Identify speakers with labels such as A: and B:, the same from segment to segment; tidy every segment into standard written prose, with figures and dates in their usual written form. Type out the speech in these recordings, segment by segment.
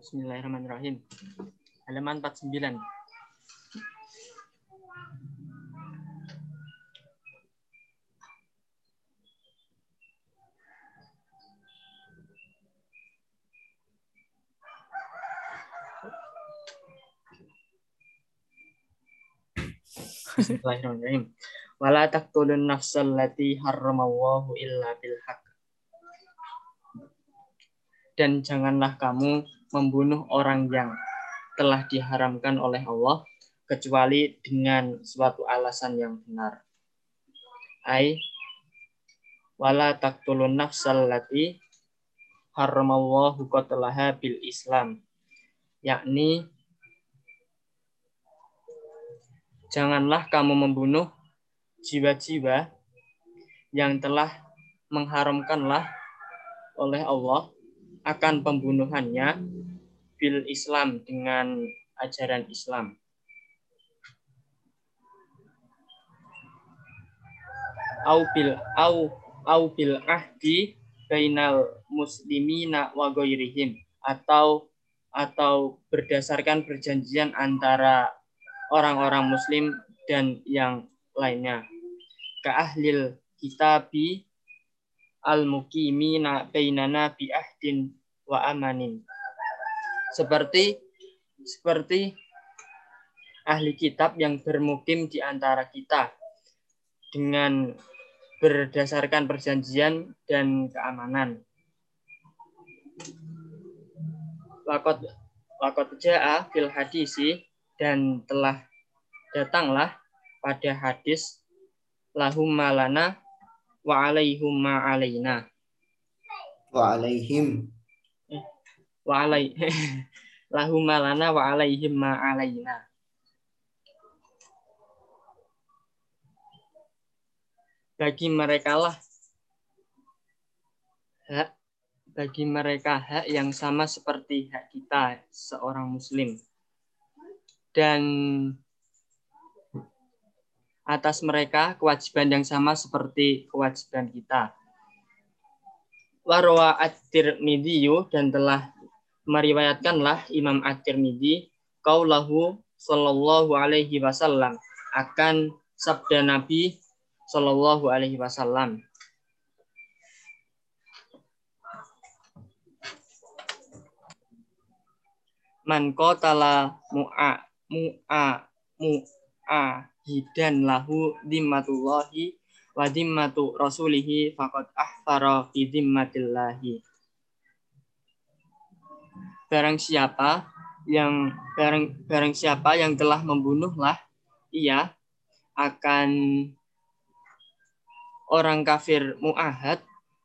A: Bismillahirrahmanirrahim. Halaman 49. Bismillahirrahmanirrahim. Wala taqtulun nafsal lati harramallahu illa bil haqq. Dan janganlah kamu membunuh orang yang telah diharamkan oleh Allah kecuali dengan suatu alasan yang benar. Ai wala taqtulun nafsal lati harramallahu qatlaha bil Islam. Yakni janganlah kamu membunuh jiwa-jiwa yang telah mengharamkanlah oleh Allah akan pembunuhannya bil Islam dengan ajaran Islam. Au bil ahdi bainal muslimina wa ghairihim, atau berdasarkan perjanjian antara orang-orang muslim dan yang lainnya. Ka ahlil kitabi al-muqimina bainana bi ahdin wa amanin. Seperti ahli kitab yang bermukim di antara kita dengan berdasarkan perjanjian dan keamanan. Waqad jaa fil hadisi, dan telah datanglah pada hadis lahum malana wa alaihim ma alaina.
B: Wa alaihim.
A: Lahum malana wa alaihim ma alaina. Bagi mereka hak yang sama seperti hak kita seorang muslim, dan atas mereka kewajiban yang sama seperti kewajiban kita. Warwa at-Tirmidzi, dan telah meriwayatkanlah Imam at-Tirmidzi qaulahu sallallahu alaihi wasallam, akan sabda Nabi sallallahu alaihi wasallam. Man qatala mu'ahidan lahu dhimmatullahi wa dhimmatu rasulihi faqad ahfara fi dhimmatillahi. Barang siapa yang telah membunuhlah ia akan orang kafir mu'ahad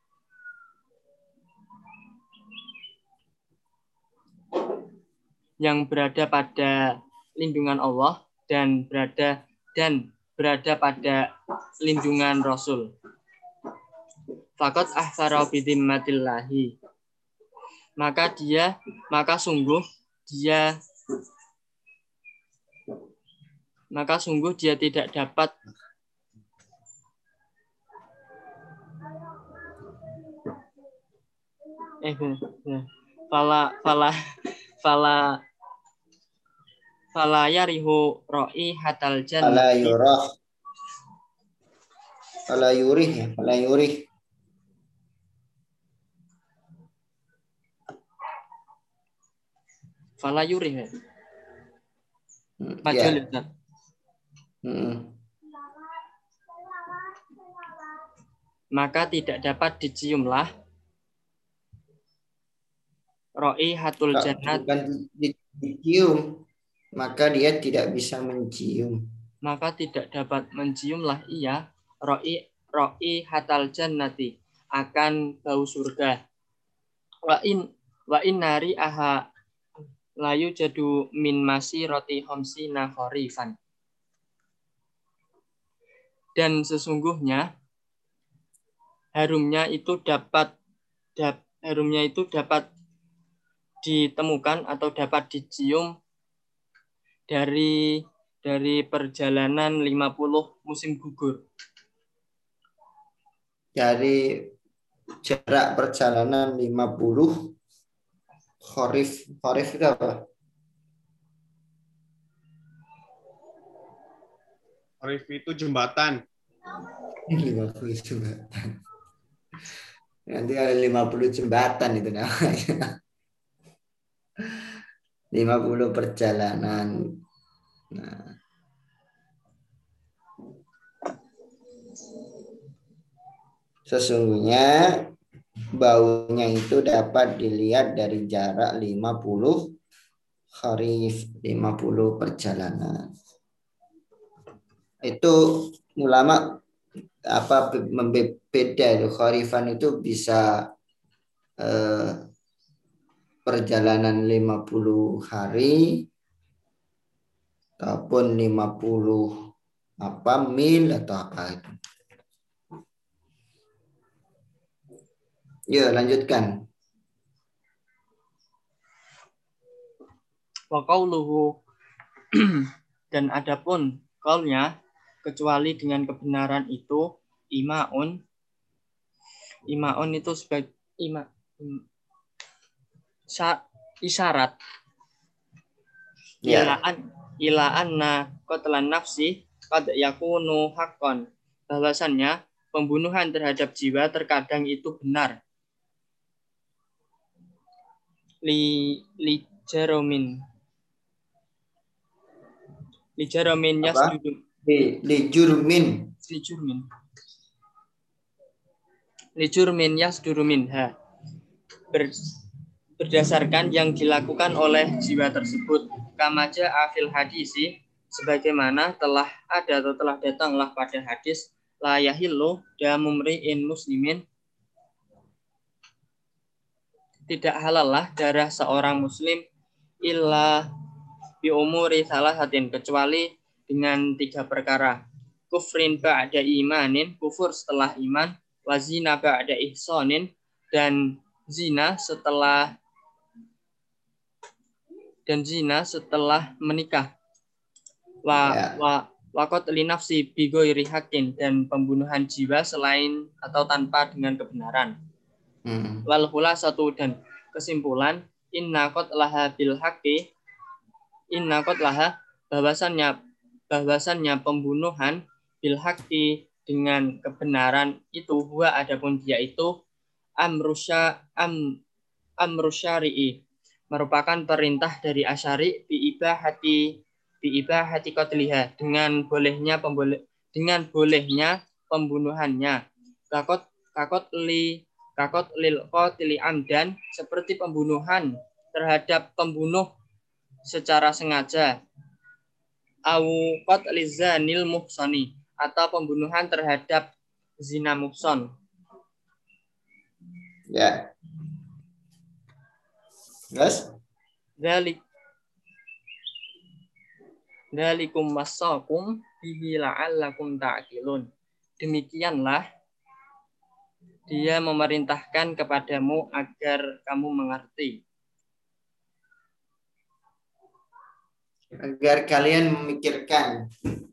A: yang berada pada lindungan Allah dan berada pada lindungan Rasul. Faqad ahfara bi dhimmatillahi. Maka sungguh dia tidak dapat fala yarihu ra'i hatal jannati.
B: Fala yurih.
A: Fala yurih. Maka tidak dapat diciumlah ra'i hatul jannat.
B: Bukan dicium, maka dia tidak bisa mencium.
A: Maka tidak dapat menciumlah ia ra'i hatal jannati, akan bau surga. Wa in nari aha layu jadu min masirati khamsina kharifan. Dan sesungguhnya harumnya itu dapat ditemukan atau dapat dicium dari perjalanan 50 musim gugur.
B: Dari jarak perjalanan 50 Kharif itu apa?
C: Kharif itu jembatan.
B: 50 jembatan. Nanti ada 50 jembatan itu namanya. 50 perjalanan. Nah. Sesungguhnya baunya itu dapat dilihat dari jarak 50 kharif, 50 perjalanan. Itu ulama beda itu. Kharifan itu bisa perjalanan 50 hari ataupun 50 mil atau apa itu. Ya, lanjutkan.
A: Wa qauluhu dan adapun kaulnya kecuali dengan kebenaran itu imaun itu sebagai isyarat
B: Ya.
A: ila anna qatlan nafsi qad yakunu haqqan, bahwasannya pembunuhan terhadap jiwa terkadang itu benar. Li jaromin yasjudu li jurmin yasduru minha, berdasarkan yang dilakukan oleh jiwa tersebut, kamaja afil hadisi, sebagaimana telah ada atau telah datanglah pada hadis, la yahillu damumri'in muslimin, tidak halallah darah seorang muslim illa bi umuri salasatin, kecuali dengan 3 perkara. Kufrin ba'da imanin, kufur setelah iman, wa zina ba'da ihsanin, dan zina setelah menikah. Wa qatli nafsi bi ghairi haqqin, dan pembunuhan jiwa selain atau tanpa dengan kebenaran. Wal khulasatu, dan kesimpulan, inna qatlaha bil haqqi, bahwasannya pembunuhan bil haqqi dengan kebenaran itu, huwa adapun dia itu amru syari'i, merupakan perintah dari asyari, bi ibahati qatliha, dengan bolehnya pembunuhannya, kakot lil qatili amdan, seperti pembunuhan terhadap pembunuh secara sengaja, au qatli zanil muhsani, atau pembunuhan terhadap zina muhson.
B: Ya. Terus?
A: Dzalikum wasaqum bihi la'allakum ta'qilun. Demikianlah dia memerintahkan kepadamu agar kamu mengerti.
B: Agar kalian memikirkan.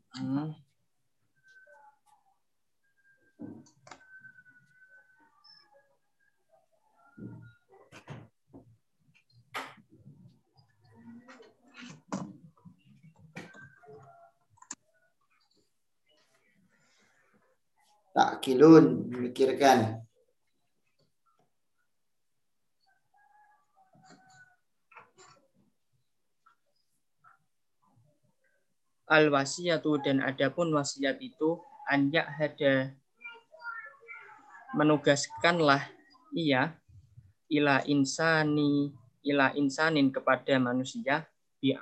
B: Ta'qilun, memikirkan.
A: Al-wasiyatu, dan adapun wasiat itu, an ya'hada, menugaskanlah ia, ila insanin, kepada manusia, bi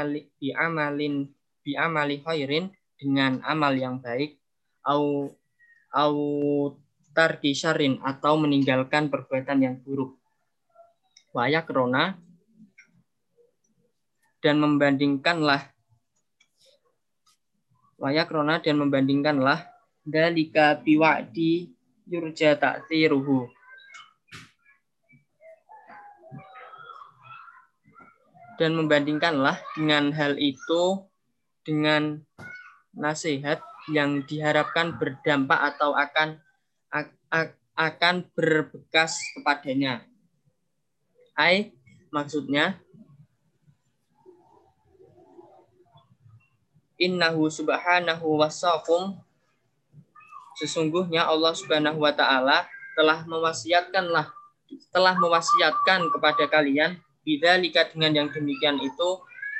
A: amali khairin, dengan amal yang baik, au tarki syarrin, atau meninggalkan perbuatan yang buruk. Wayakrona, dan membandingkanlah dalika biwa'di yurja ta'tiruhu, dan membandingkanlah dengan hal itu dengan nasihat yang diharapkan berdampak atau akan berbekas kepadanya. Maksudnya, innahu subhanahu wassakum, sesungguhnya Allah Subhanahu wa taala telah mewasiatkan kepada kalian bidzalika, dengan yang demikian itu,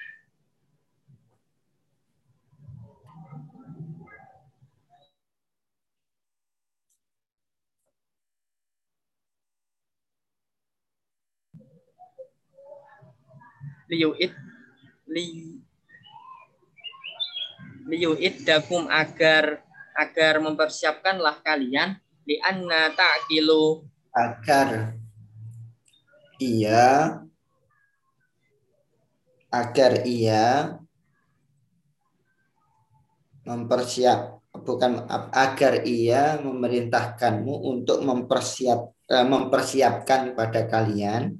A: liyu'id li- liyu'iddakum, agar mempersiapkanlah kalian, li'anna ta'qilu,
B: Agar ia agar ia memerintahkanmu untuk mempersiapkan pada kalian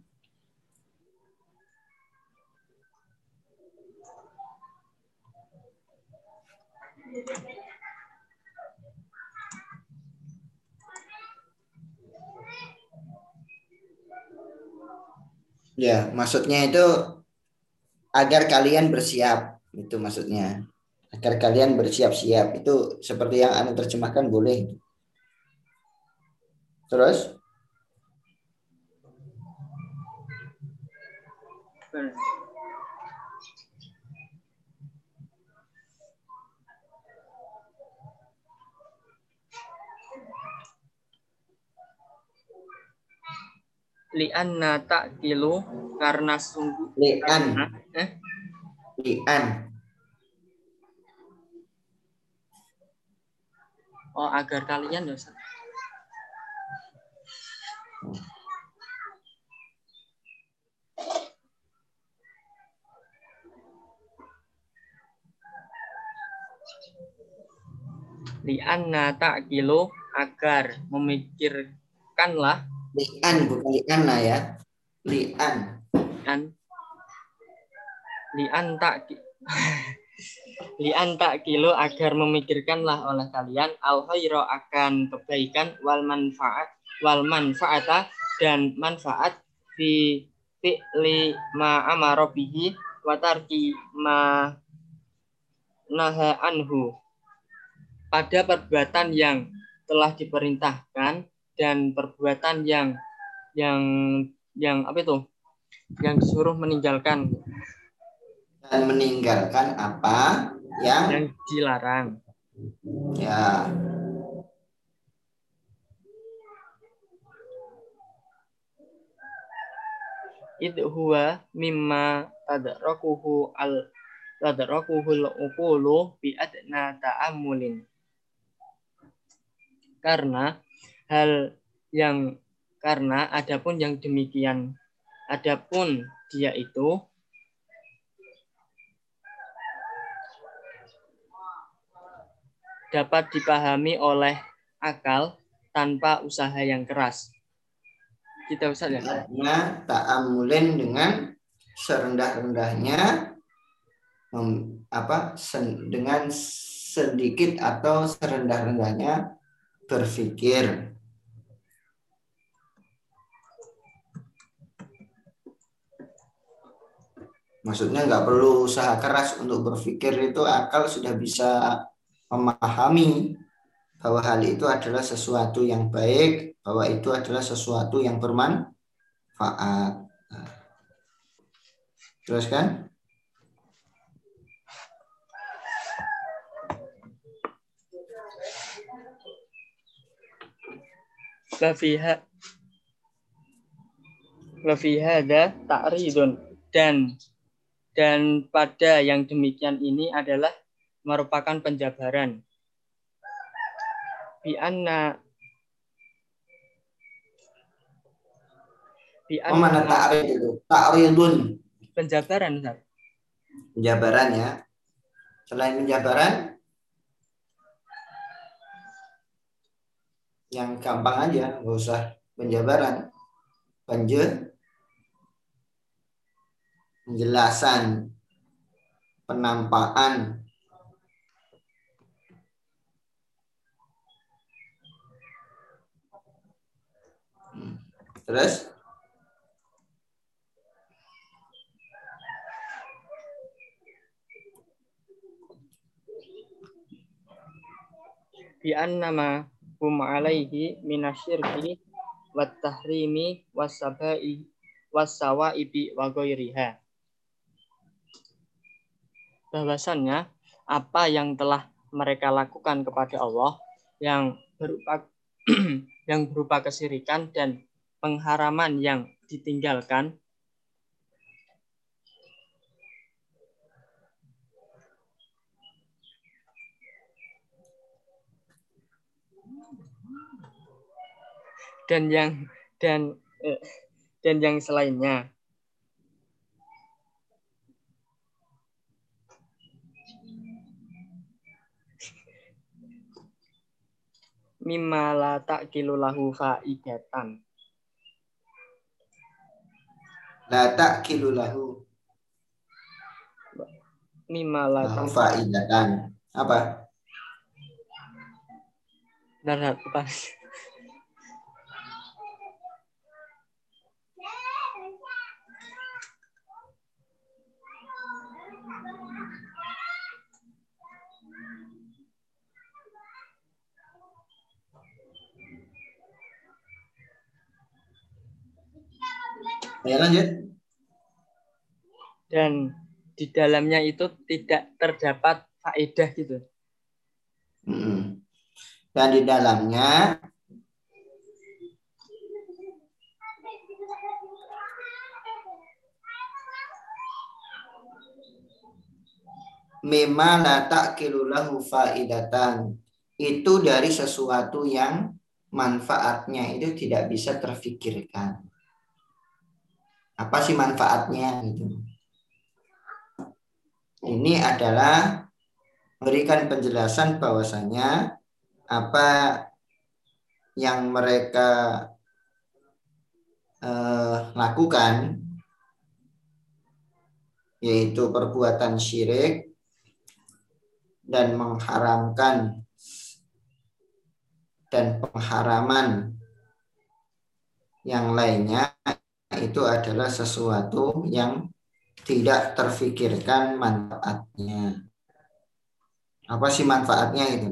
B: ya, maksudnya itu agar kalian bersiap, itu maksudnya. Agar kalian bersiap-siap, itu seperti yang Anda terjemahkan boleh. Terus
A: li'anna ta'qilu, karena sungguh
B: li'an
A: karena
B: li'an
A: agar kalian ya Ustaz. Li'anna ta'qilu, agar memikirkanlah,
B: li'an bukan li'anna ya. Li'an
A: li'an ta'qi li'an ta'qilu, agar memikirkanlah oleh kalian al khaira, akan kebaikan, wal manfaata, dan manfaat, fi fi'li ma amara bihi wa tarki ma naha anhu, pada perbuatan yang telah diperintahkan dan perbuatan yang apa itu, yang disuruh meninggalkan,
B: dan meninggalkan apa yang
A: dilarang.
B: ya.
A: Idh huwa mimma tadrakuhul uqulu bi adna ta'amulin, karena adapun yang demikian, adapun dia itu dapat dipahami oleh akal tanpa usaha yang keras. Kita Ustaz ya.
B: Artinya ta'amulin dengan serendah-rendahnya dengan sedikit atau serendah-rendahnya berpikir. Maksudnya nggak perlu usaha keras untuk berpikir, itu akal sudah bisa memahami bahwa hal itu adalah sesuatu yang baik, bahwa itu adalah sesuatu yang bermanfaat. Terus kan?
A: Wafiha ada ta'ridun, dan pada yang demikian ini adalah merupakan penjabaran.
B: Mana ta'rid itu? Ta'ridun.
A: Penjabaran, Ustaz.
B: Penjabaran ya. Selain penjabaran, yang gampang aja, nggak usah penjabaran. Penjelasan, penampakan. Terus
A: bi annama hum alaihi minasyirki wat tahrimi wasabai wasawaibi wa ghairiha. Bahwasannya apa yang telah mereka lakukan kepada Allah yang berupa yang berupa kesyirikan dan pengharaman yang ditinggalkan dan yang selainnya. Mimma la ta'kilu lahu faidatan.
B: La ta'kilu lahu
A: Mimma la ta'kilu
B: faidatan. Apa?
A: Darat apa?
B: Ya, lanjut.
A: Dan di dalamnya itu tidak terdapat faedah gitu.
B: Dan di dalamnya mimma la ta'kilu lahu faidatan, itu dari sesuatu yang manfaatnya itu tidak bisa terfikirkan. Apa sih manfaatnya gitu? Ini adalah memberikan penjelasan bahwasanya apa yang mereka lakukan, yaitu perbuatan syirik dan mengharamkan dan pengharaman yang lainnya, itu adalah sesuatu yang tidak terfikirkan manfaatnya. Apa sih manfaatnya itu?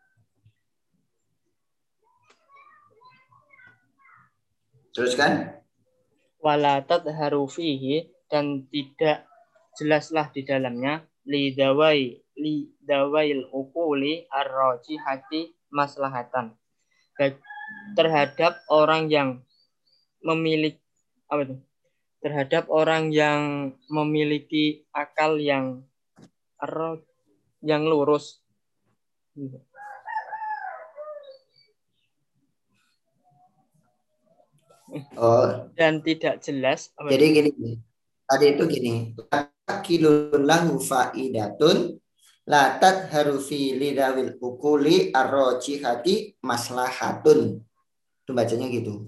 B: Teruskan.
A: Wala tadharu fihi, dan tidak jelaslah di dalamnya lidawail uquli ar-rajihati maslahatan, terhadap orang yang memiliki akal yang lurus. Dan tidak jelas.
B: Jadi gini, tadi itu gini, kilun lahu faidatun la tadharu fi lidawil ukuli ar-rajihati maslahatun. Itu bacanya gitu.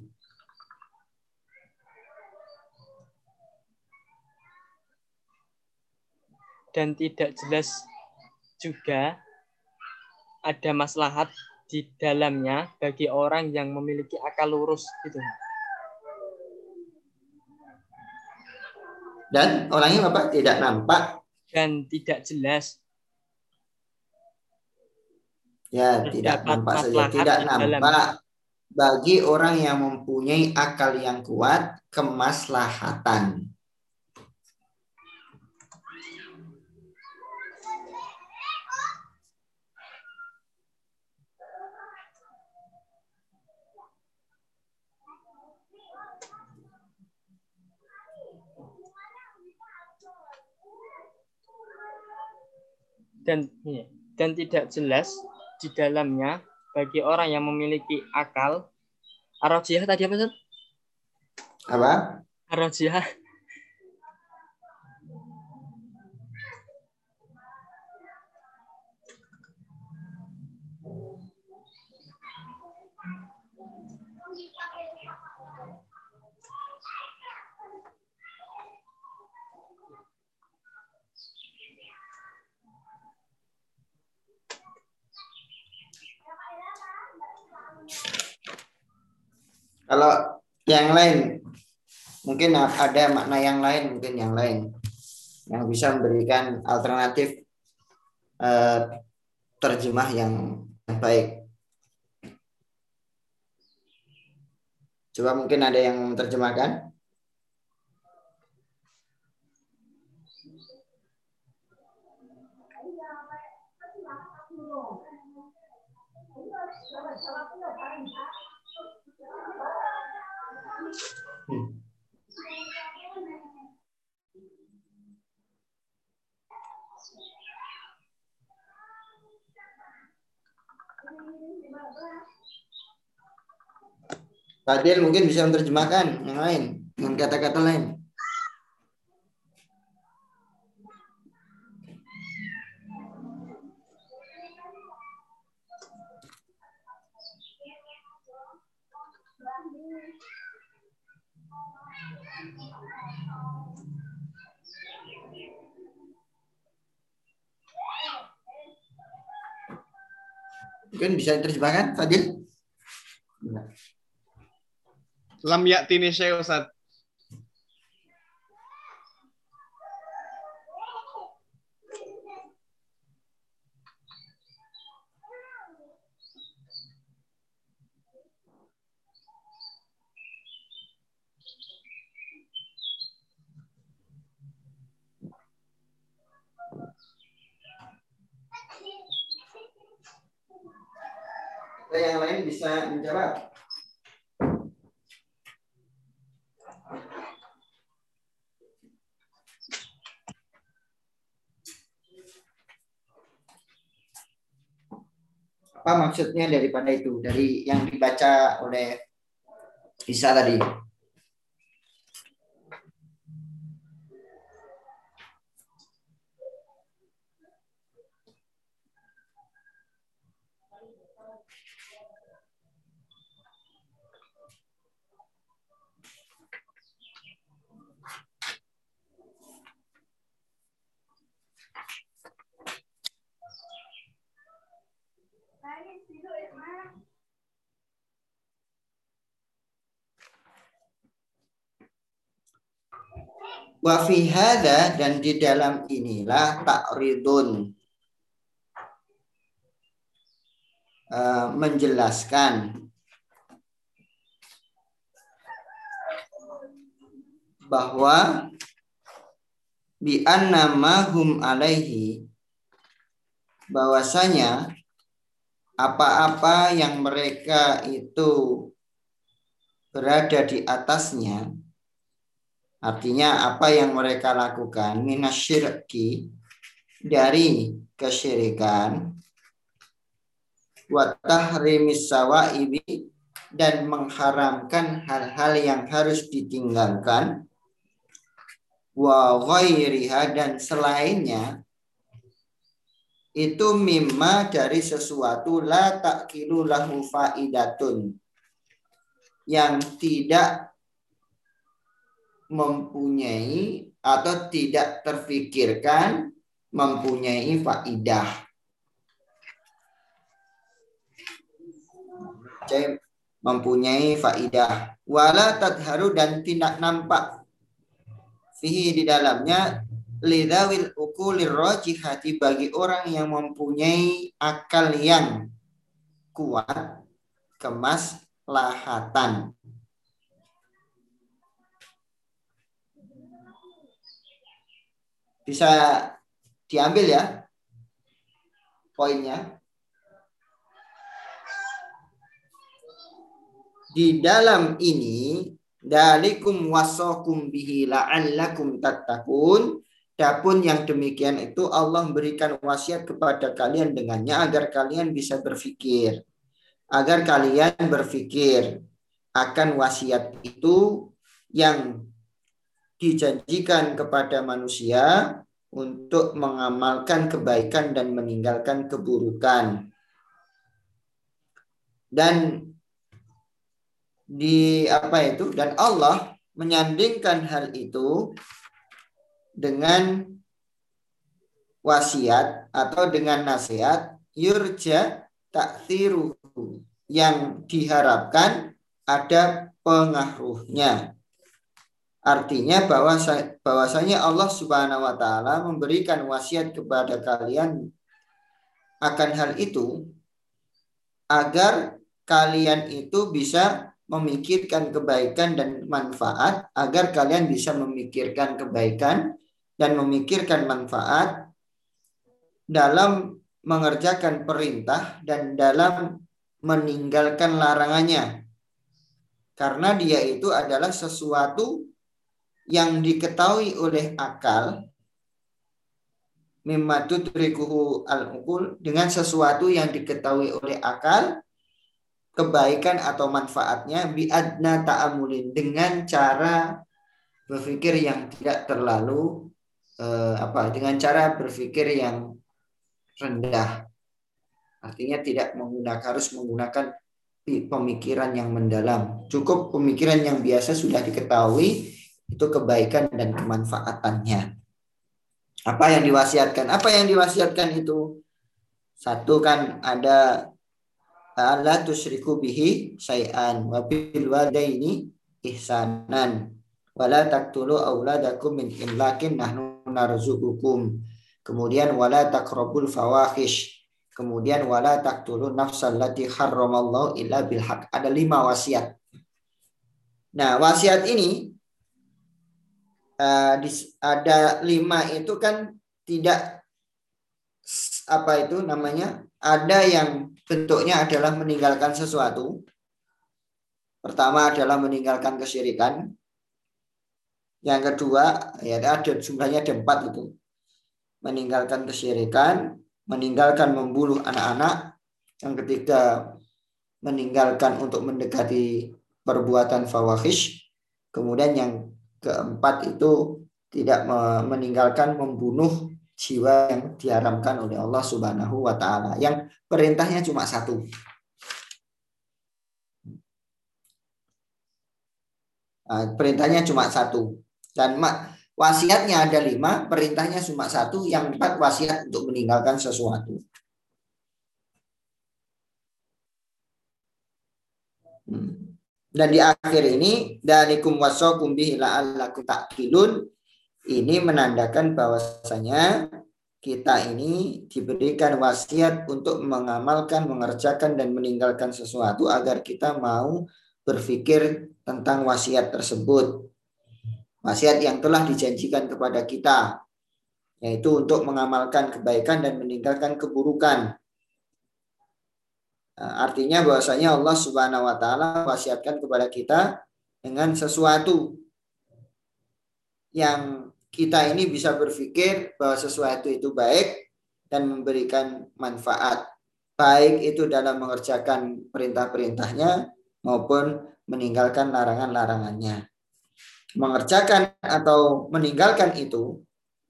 A: Dan tidak jelas juga ada maslahat di dalamnya bagi orang yang memiliki akal lurus gitu.
B: Dan orangnya apa? Tidak nampak
A: dan tidak jelas.
B: Ya, tidak nampak saja, tidak nampak bagi orang yang mempunyai akal yang kuat kemaslahatan.
A: Dan tidak jelas di dalamnya bagi orang yang memiliki akal. Ar-rajihah tadi apa, Ustaz?
B: Apa?
A: Ar-rajihah.
B: Kalau yang lain, mungkin ada makna yang lain, mungkin yang lain yang bisa memberikan alternatif terjemah yang baik. Coba mungkin ada yang menerjemahkan. Fadil mungkin bisa menerjemahkan yang lain dengan kata-kata lain. Mungkin bisa diterjemahkan, Fadil?
C: Lam ya'tini syai' Ustaz.
B: Yang lain bisa menjawab. Apa maksudnya daripada itu, dari yang dibaca oleh Isa tadi? Wa fi hadza, dan di dalam inilah ta'ridun, menjelaskan bahwa bi anna ma hum alaihi, bahwasanya apa-apa yang mereka itu berada di atasnya, artinya apa yang mereka lakukan, minasyirki, dari kesyirikan, wa tahrimis sawaibi, dan mengharamkan hal-hal yang harus ditinggalkan, wa ghairiha, dan selainnya, itu mimma, dari sesuatu, la takilu lahu faidatun, yang tidak mempunyai atau tidak terfikirkan mempunyai faidah. Mempunyai faidah. Wala tadharu, dan tidak nampak fihi, di dalamnya, lidzawil uqulir rajihati, bagi orang yang mempunyai akal yang kuat, kemaslahatan. Bisa diambil ya poinnya. Di dalam ini, dalikum wasakum bihi la'allakum tattaqun, dapun yang demikian itu Allah memberikan wasiat kepada kalian dengannya agar kalian bisa berpikir. Agar kalian berpikir akan wasiat itu yang dijanjikan kepada manusia untuk mengamalkan kebaikan dan meninggalkan keburukan. Dan dan Allah menyandingkan hal itu dengan wasiat atau dengan nasihat, yurja ta'thiruhu, yang diharapkan ada pengaruhnya. Artinya bahwasanya Allah Subhanahu wa taala memberikan wasiat kepada kalian akan hal itu agar kalian itu bisa memikirkan kebaikan dan manfaat agar kalian bisa memikirkan kebaikan dan memikirkan manfaat dalam mengerjakan perintah dan dalam meninggalkan larangannya. Karena dia itu adalah sesuatu yang diketahui oleh akal, mimma tudrikuhu al-uqul, dengan sesuatu yang diketahui oleh akal, kebaikan atau manfaatnya biadna ta'amulin, dengan cara berpikir yang tidak terlalu dengan cara berpikir yang rendah. Artinya tidak harus menggunakan pemikiran yang mendalam. Cukup pemikiran yang biasa sudah diketahui itu kebaikan dan kemanfaatannya. Apa yang diwasiatkan? Apa yang diwasiatkan itu? Satu kan ada la tusyriku bihi syai'an wa bil walidaini ihsanan wa la taqtulu auladakum min imlakin nahnu narzuqukum. Kemudian wala taqrabul fawahish. Kemudian wala taqtulu nafsal lati harramallahu illa bil haq. Ada 5 wasiat. Nah, wasiat ini ada 5 itu kan tidak ada yang bentuknya adalah meninggalkan sesuatu. Pertama adalah meninggalkan kesyirikan. Yang kedua, ya ada jumlahnya ada 4 itu. Meninggalkan kesyirikan, meninggalkan membunuh anak-anak. Yang ketiga, meninggalkan untuk mendekati perbuatan fawahish. Kemudian yang keempat itu tidak meninggalkan membunuh jiwa yang diharamkan oleh Allah Subhanahu wa taala. Yang perintahnya cuma 1. Perintahnya cuma 1. Dan wasiatnya ada 5, perintahnya cuma 1, yang 4 wasiat untuk meninggalkan sesuatu. Dan di akhir ini dalikum wasakum bihi la'allakum ta'qilun, ini menandakan bahwasanya kita ini diberikan wasiat untuk mengamalkan, mengerjakan dan meninggalkan sesuatu agar kita mau berpikir tentang wasiat tersebut. Wasiat yang telah dijanjikan kepada kita, yaitu untuk mengamalkan kebaikan dan meninggalkan keburukan. Artinya bahwasanya Allah Subhanahu wa taala wasiatkan kepada kita dengan sesuatu yang kita ini bisa berpikir bahwa sesuatu itu baik dan memberikan manfaat, baik itu dalam mengerjakan perintah-perintahnya maupun meninggalkan larangan-larangannya. Mengerjakan atau meninggalkan itu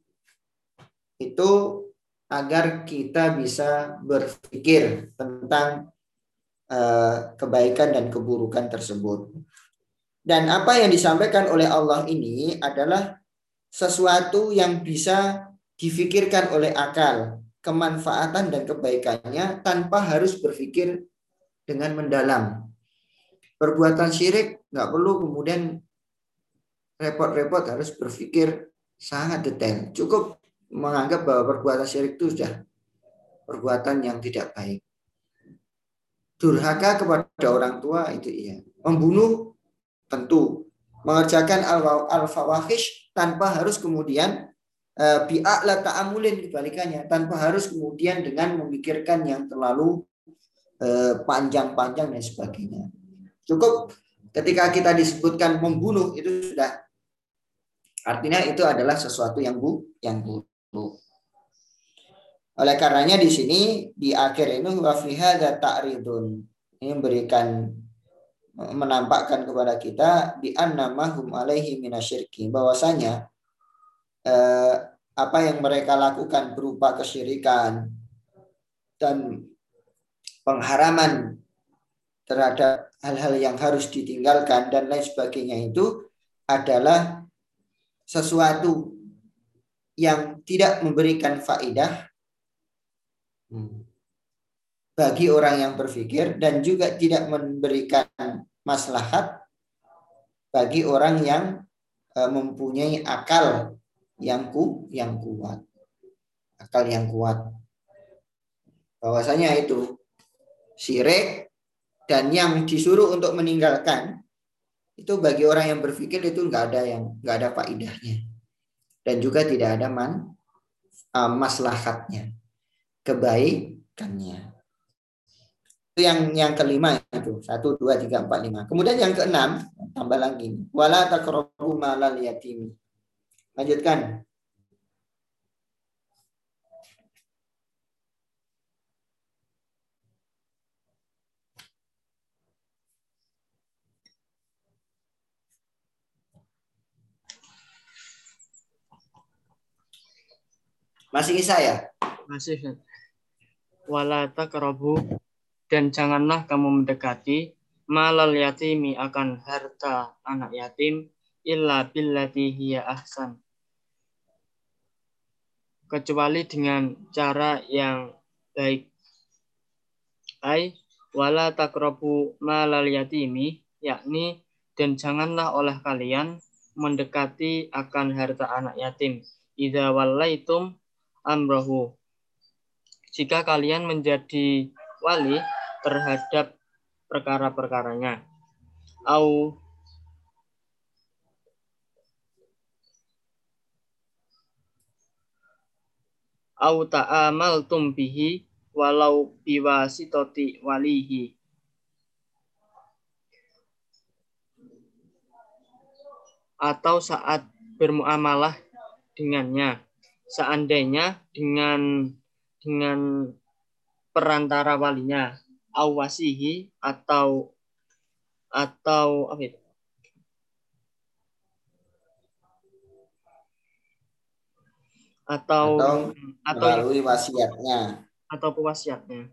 B: agar kita bisa berpikir tentang kebaikan dan keburukan tersebut. Dan apa yang disampaikan oleh Allah ini adalah sesuatu yang bisa difikirkan oleh akal, kemanfaatan dan kebaikannya tanpa harus berpikir dengan mendalam. Perbuatan syirik nggak perlu kemudian repot-repot harus berpikir sangat detail. Cukup menganggap bahwa perbuatan syirik itu sudah perbuatan yang tidak baik. Durhaka kepada orang tua itu iya. Membunuh tentu. Mengerjakan al-fawahish tanpa harus kemudian bi'a'la ta'amulin, kebalikannya, tanpa harus kemudian dengan memikirkan yang terlalu panjang-panjang dan sebagainya. Cukup ketika kita disebutkan membunuh itu sudah artinya itu adalah sesuatu yang buruk. Oleh karenanya di sini di akhir ini wa fi hadza ta'ridun, ini menampakkan kepada kita bi annama hum alaihi minasyirki, bahwasanya apa yang mereka lakukan berupa kesyirikan dan pengharaman terhadap hal-hal yang harus ditinggalkan dan lain sebagainya itu adalah sesuatu yang tidak memberikan faidah bagi orang yang berpikir dan juga tidak memberikan maslahat bagi orang yang mempunyai akal yang kuat. Akal yang kuat. Bahwasanya itu syirik dan yang disuruh untuk meninggalkan itu bagi orang yang berpikir itu nggak ada faedahnya dan juga tidak ada maslahatnya, kebaikannya. Itu yang kelima itu 1, 2, 3, 4, 5. Kemudian yang keenam tambah lagi wala taqrabu malal yatim. Lanjutkan. Masih Isa ya?
A: Masih. Wala taqrabu, dan janganlah kamu mendekati malal yatimi, akan harta anak yatim, illa billati hiya ahsan, kecuali dengan cara yang baik. Ai wala taqrabu malal yatimi, yakni dan janganlah oleh kalian mendekati akan harta anak yatim, idza wallaitum amrahu, jika kalian menjadi wali terhadap perkara-perkaranya. Au ta'amaltum bihi walau biwasitati walihi, atau saat bermuamalah dengannya, seandainya dengan perantara walinya, au wasihi, atau apa itu?
B: Atau melalui wasiatnya
A: atau pewasiatnya.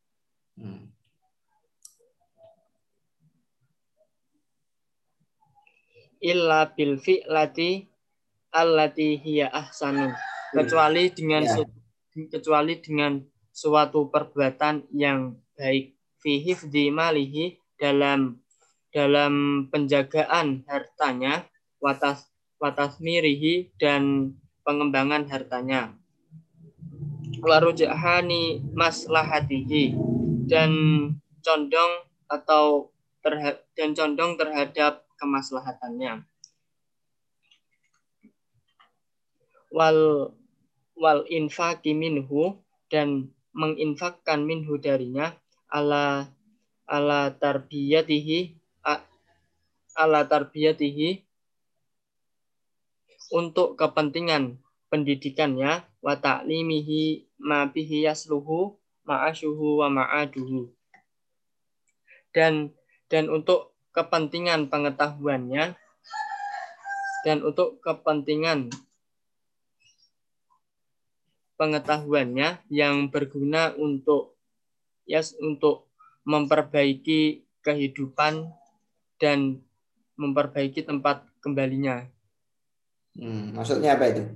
A: Illa bil fi'lati allati hiya ahsanun, kecuali dengan suatu perbuatan yang baik, fi hifdzi malihi, dalam penjagaan hartanya, watasmirihi, dan pengembangan hartanya, warujahani maslahatihi, dan condong terhadap kemaslahatannya, wal infaqi minhu, dan menginfakkan minhu darinya, ala tarbiyatihi, untuk kepentingan pendidikannya, wa ta'limihi ma bihi yasluhu ma'asyuhu wa ma'aduhu, dan untuk kepentingan pengetahuannya, yang berguna untuk memperbaiki kehidupan dan memperbaiki tempat kembalinya.
B: Maksudnya apa itu?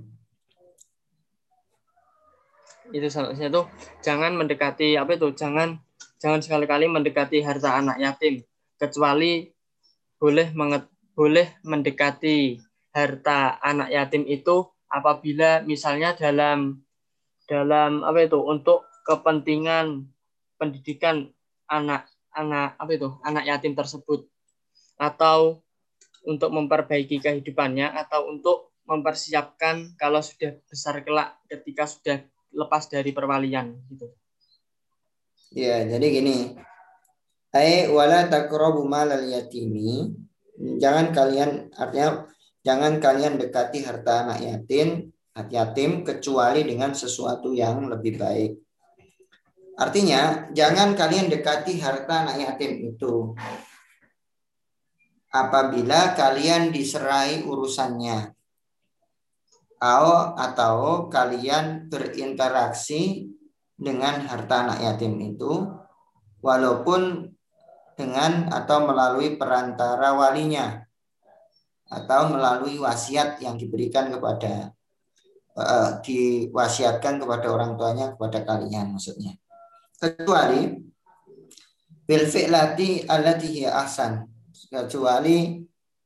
A: Itu seharusnya tuh jangan mendekati jangan sekali-kali mendekati harta anak yatim, kecuali boleh mendekati harta anak yatim itu apabila misalnya dalam untuk kepentingan pendidikan anak yatim tersebut, atau untuk memperbaiki kehidupannya, atau untuk mempersiapkan kalau sudah besar kelak ketika sudah lepas dari perwalian gitu.
B: Ya, jadi gini. Wala taqrabu malal yatimi. Jangan kalian dekati harta anak yatim kecuali dengan sesuatu yang lebih baik. Artinya, jangan kalian dekati harta anak yatim itu apabila kalian diserai urusannya, atau kalian berinteraksi dengan harta anak yatim itu, walaupun dengan atau melalui perantara walinya, atau melalui wasiat yang diberikan diwasiatkan kepada orang tuanya kepada kalian, maksudnya. Kecuali bil fi'lati allati hiya ahsan, kecuali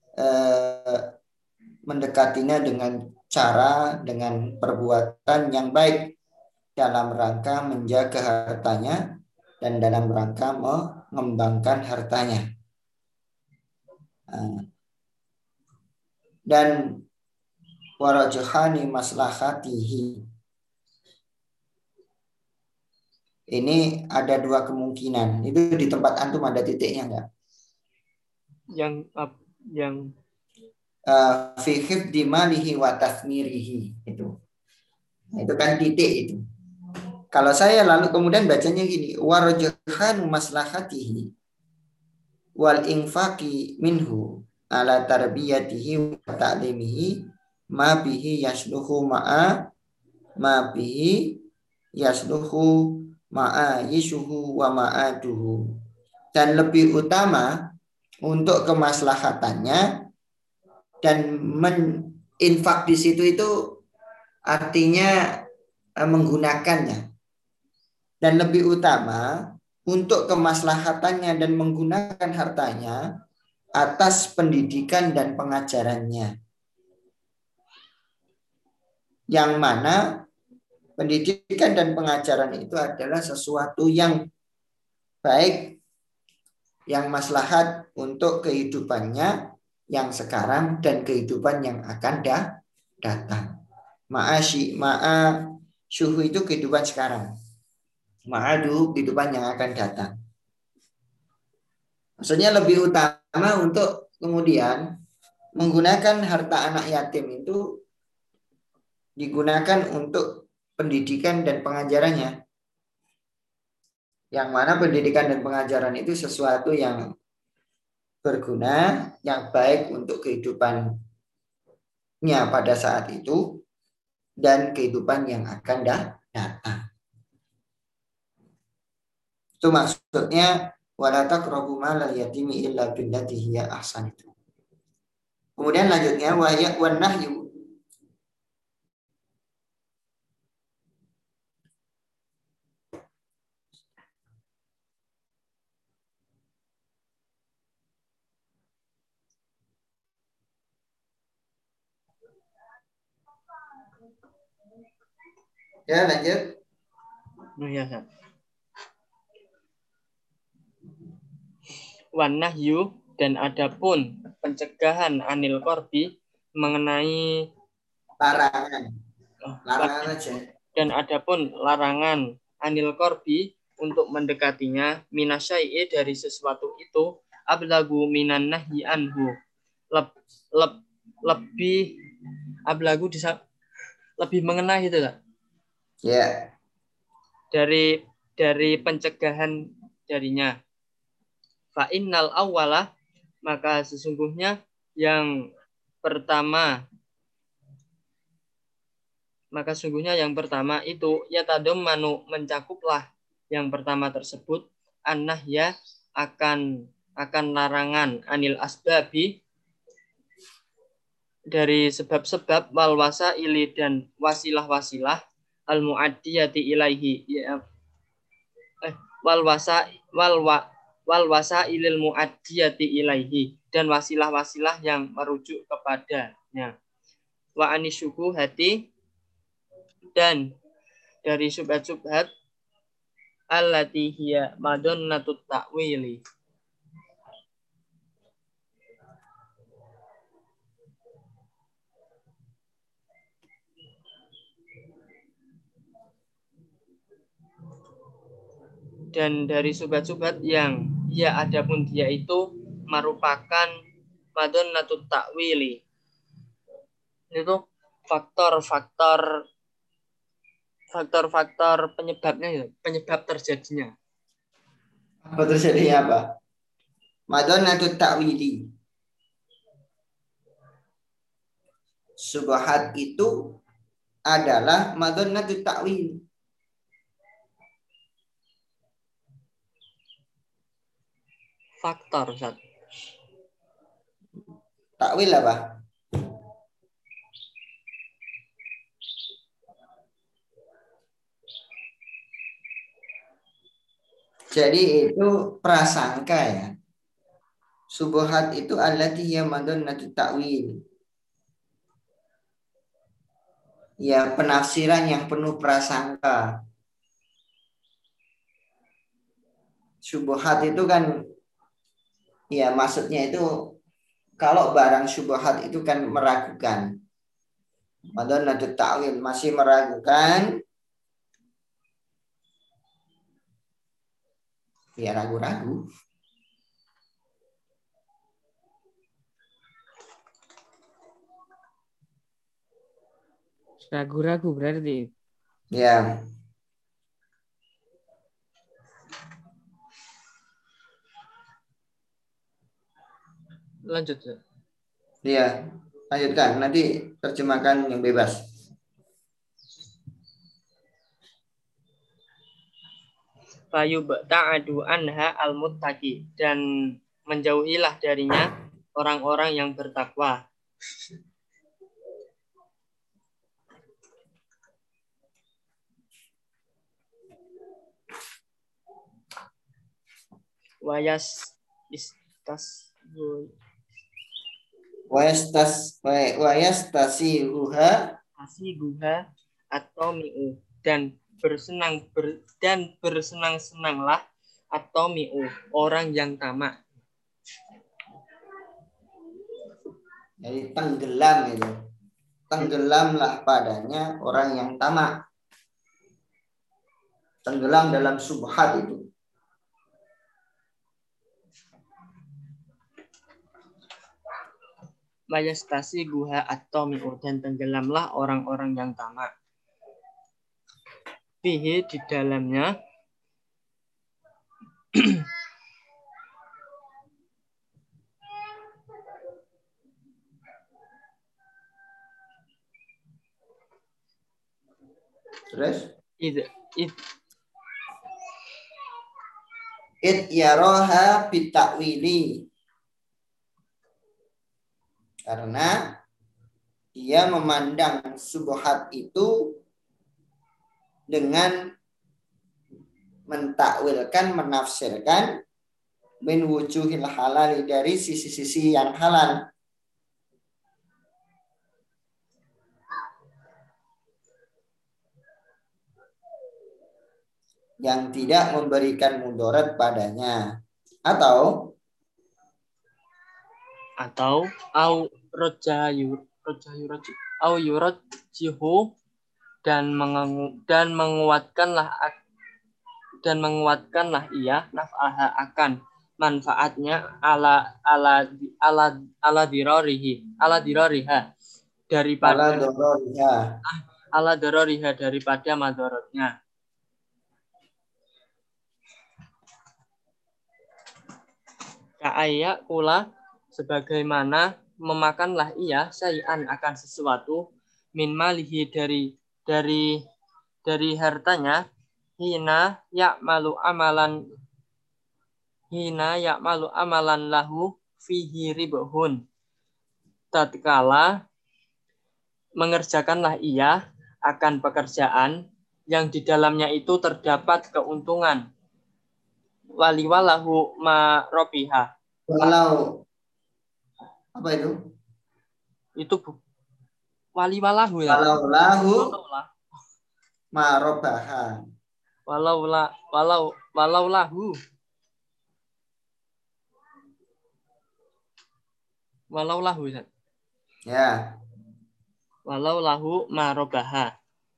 B: mendekatinya dengan perbuatan yang baik dalam rangka menjaga hartanya dan dalam rangka mengembangkan hartanya. Dan warajhani maslahatihi. Ini ada dua kemungkinan. Itu di tempat antum ada titiknya enggak?
A: Yang
B: Fi hifdzi malihi wa tasmirihi itu. Itu kan titik itu. Kalau saya lalu kemudian bacanya gini, warajhanu maslahatihi wal infaqi minhu ala tarbiyatihi wa ta'limihi ma bihi yasluhu ma'a yisuhu wa ma'aduhu. Dan lebih utama untuk kemaslahatannya dan infak di situ itu artinya menggunakannya. Dan lebih utama untuk kemaslahatannya dan menggunakan hartanya atas pendidikan dan pengajarannya. Yang mana pendidikan dan pengajaran itu adalah sesuatu yang baik, yang maslahat untuk kehidupannya yang sekarang dan kehidupan yang akan datang. Syuhu itu kehidupan sekarang. Ma'adu kehidupan yang akan datang. Maksudnya lebih utama untuk kemudian menggunakan harta anak yatim itu digunakan untuk pendidikan dan pengajarannya. Yang mana pendidikan dan pengajaran itu sesuatu yang berguna, yang baik untuk kehidupannya pada saat itu dan kehidupan yang akan datang. Itu maksudnya wala taqrabu malal yatimi illa billati hiya ahsan itu. Kemudian lanjutnya wan nahyu. Ya, lanjut.
A: Ya, wan nahyu, dan adapun pencegahan anil korbi mengenai
B: larangan aja.
A: Dan adapun larangan anil korbi untuk mendekatinya minasyai'i dari sesuatu itu ablagu minan nahyi anhu, lebih ablagu lebih mengena gitu lah.
B: Ya.
A: Dari pencegahan darinya. Fa innal awwalah, maka sesungguhnya yang pertama itu yatadommanu, mencakuplah yang pertama tersebut an-nahya akan larangan anil asbabi dari sebab-sebab wal wasaili dan wasilah-wasilah al muaddiyati ilaihi wal wasailil muaddiyati ilaihi, dan wasilah-wasilah yang merujuk kepadanya. Wa anisyubuhati, dan dari syubhat-syubhat allati hiya madonnatut ta'wili, dan dari syubhat-syubhat yang adapun dia itu merupakan madonnatut ta'wili, itu faktor-faktor penyebabnya, penyebab terjadinya.
B: Apa terjadinya apa? Madonnatut ta'wili. Syubhat itu adalah madonnatut ta'wili.
A: Faktor, Ustaz.
B: Takwil apa? Jadi itu prasangka ya. Syubhat itu allati hiya madonnatut ta'wil. Ya, penafsiran yang penuh prasangka. Syubhat itu kan ya maksudnya itu kalau barang syubhat itu kan meragukan. Madonatut ta'wil masih meragukan, ya ragu-ragu.
A: Ragu-ragu berarti.
B: Ya,
A: Lanjut. Ustaz.
B: ya. Lanjutkan, nanti terjemahkan yang bebas.
A: Fayubta'adu anha al-muttaqi, dan menjauhilah darinya orang-orang yang bertakwa. Wayas istas
B: Wayastasiruha
A: guha atau mi'u, dan bersenang-senanglah atau mi'u, orang yang tamak.
B: jadi tenggelam itu. Tenggelamlah padanya orang yang tamak. Tenggelam dalam subhat itu.
A: Mayastasi guha atau mi'u, dan tenggelamlah orang-orang yang tamak. Fihi, di dalamnya,
B: Terus
A: id
B: yaroha bitakwili, karena dia memandang subhat itu dengan mentakwilkan, menafsirkan min wujuhil halal, dari sisi-sisi yang halal, yang tidak memberikan mudarat padanya, atau
A: au yurajjihu, dan menguatkanlah ia naf'aha, akan manfaatnya ala dirariha, daripada
B: ala dororiha.
A: ala darariha, daripada madorotnya. Ka'aya kula, sebagaimana memakanlah ia syai'an, akan sesuatu, min malihi, dari hartanya, hina ya'malu amalan lahu fihi ribhun, tatkala mengerjakanlah ia akan pekerjaan yang di dalamnya itu terdapat keuntungan. Waliwalahu ma robiha.
B: Walau apa
A: Itu waliwalahu ya.
B: walau lahu marobaha.
A: Walau lahu. Walau lahu ya.
B: Ya.
A: Walau lahu ma robaha.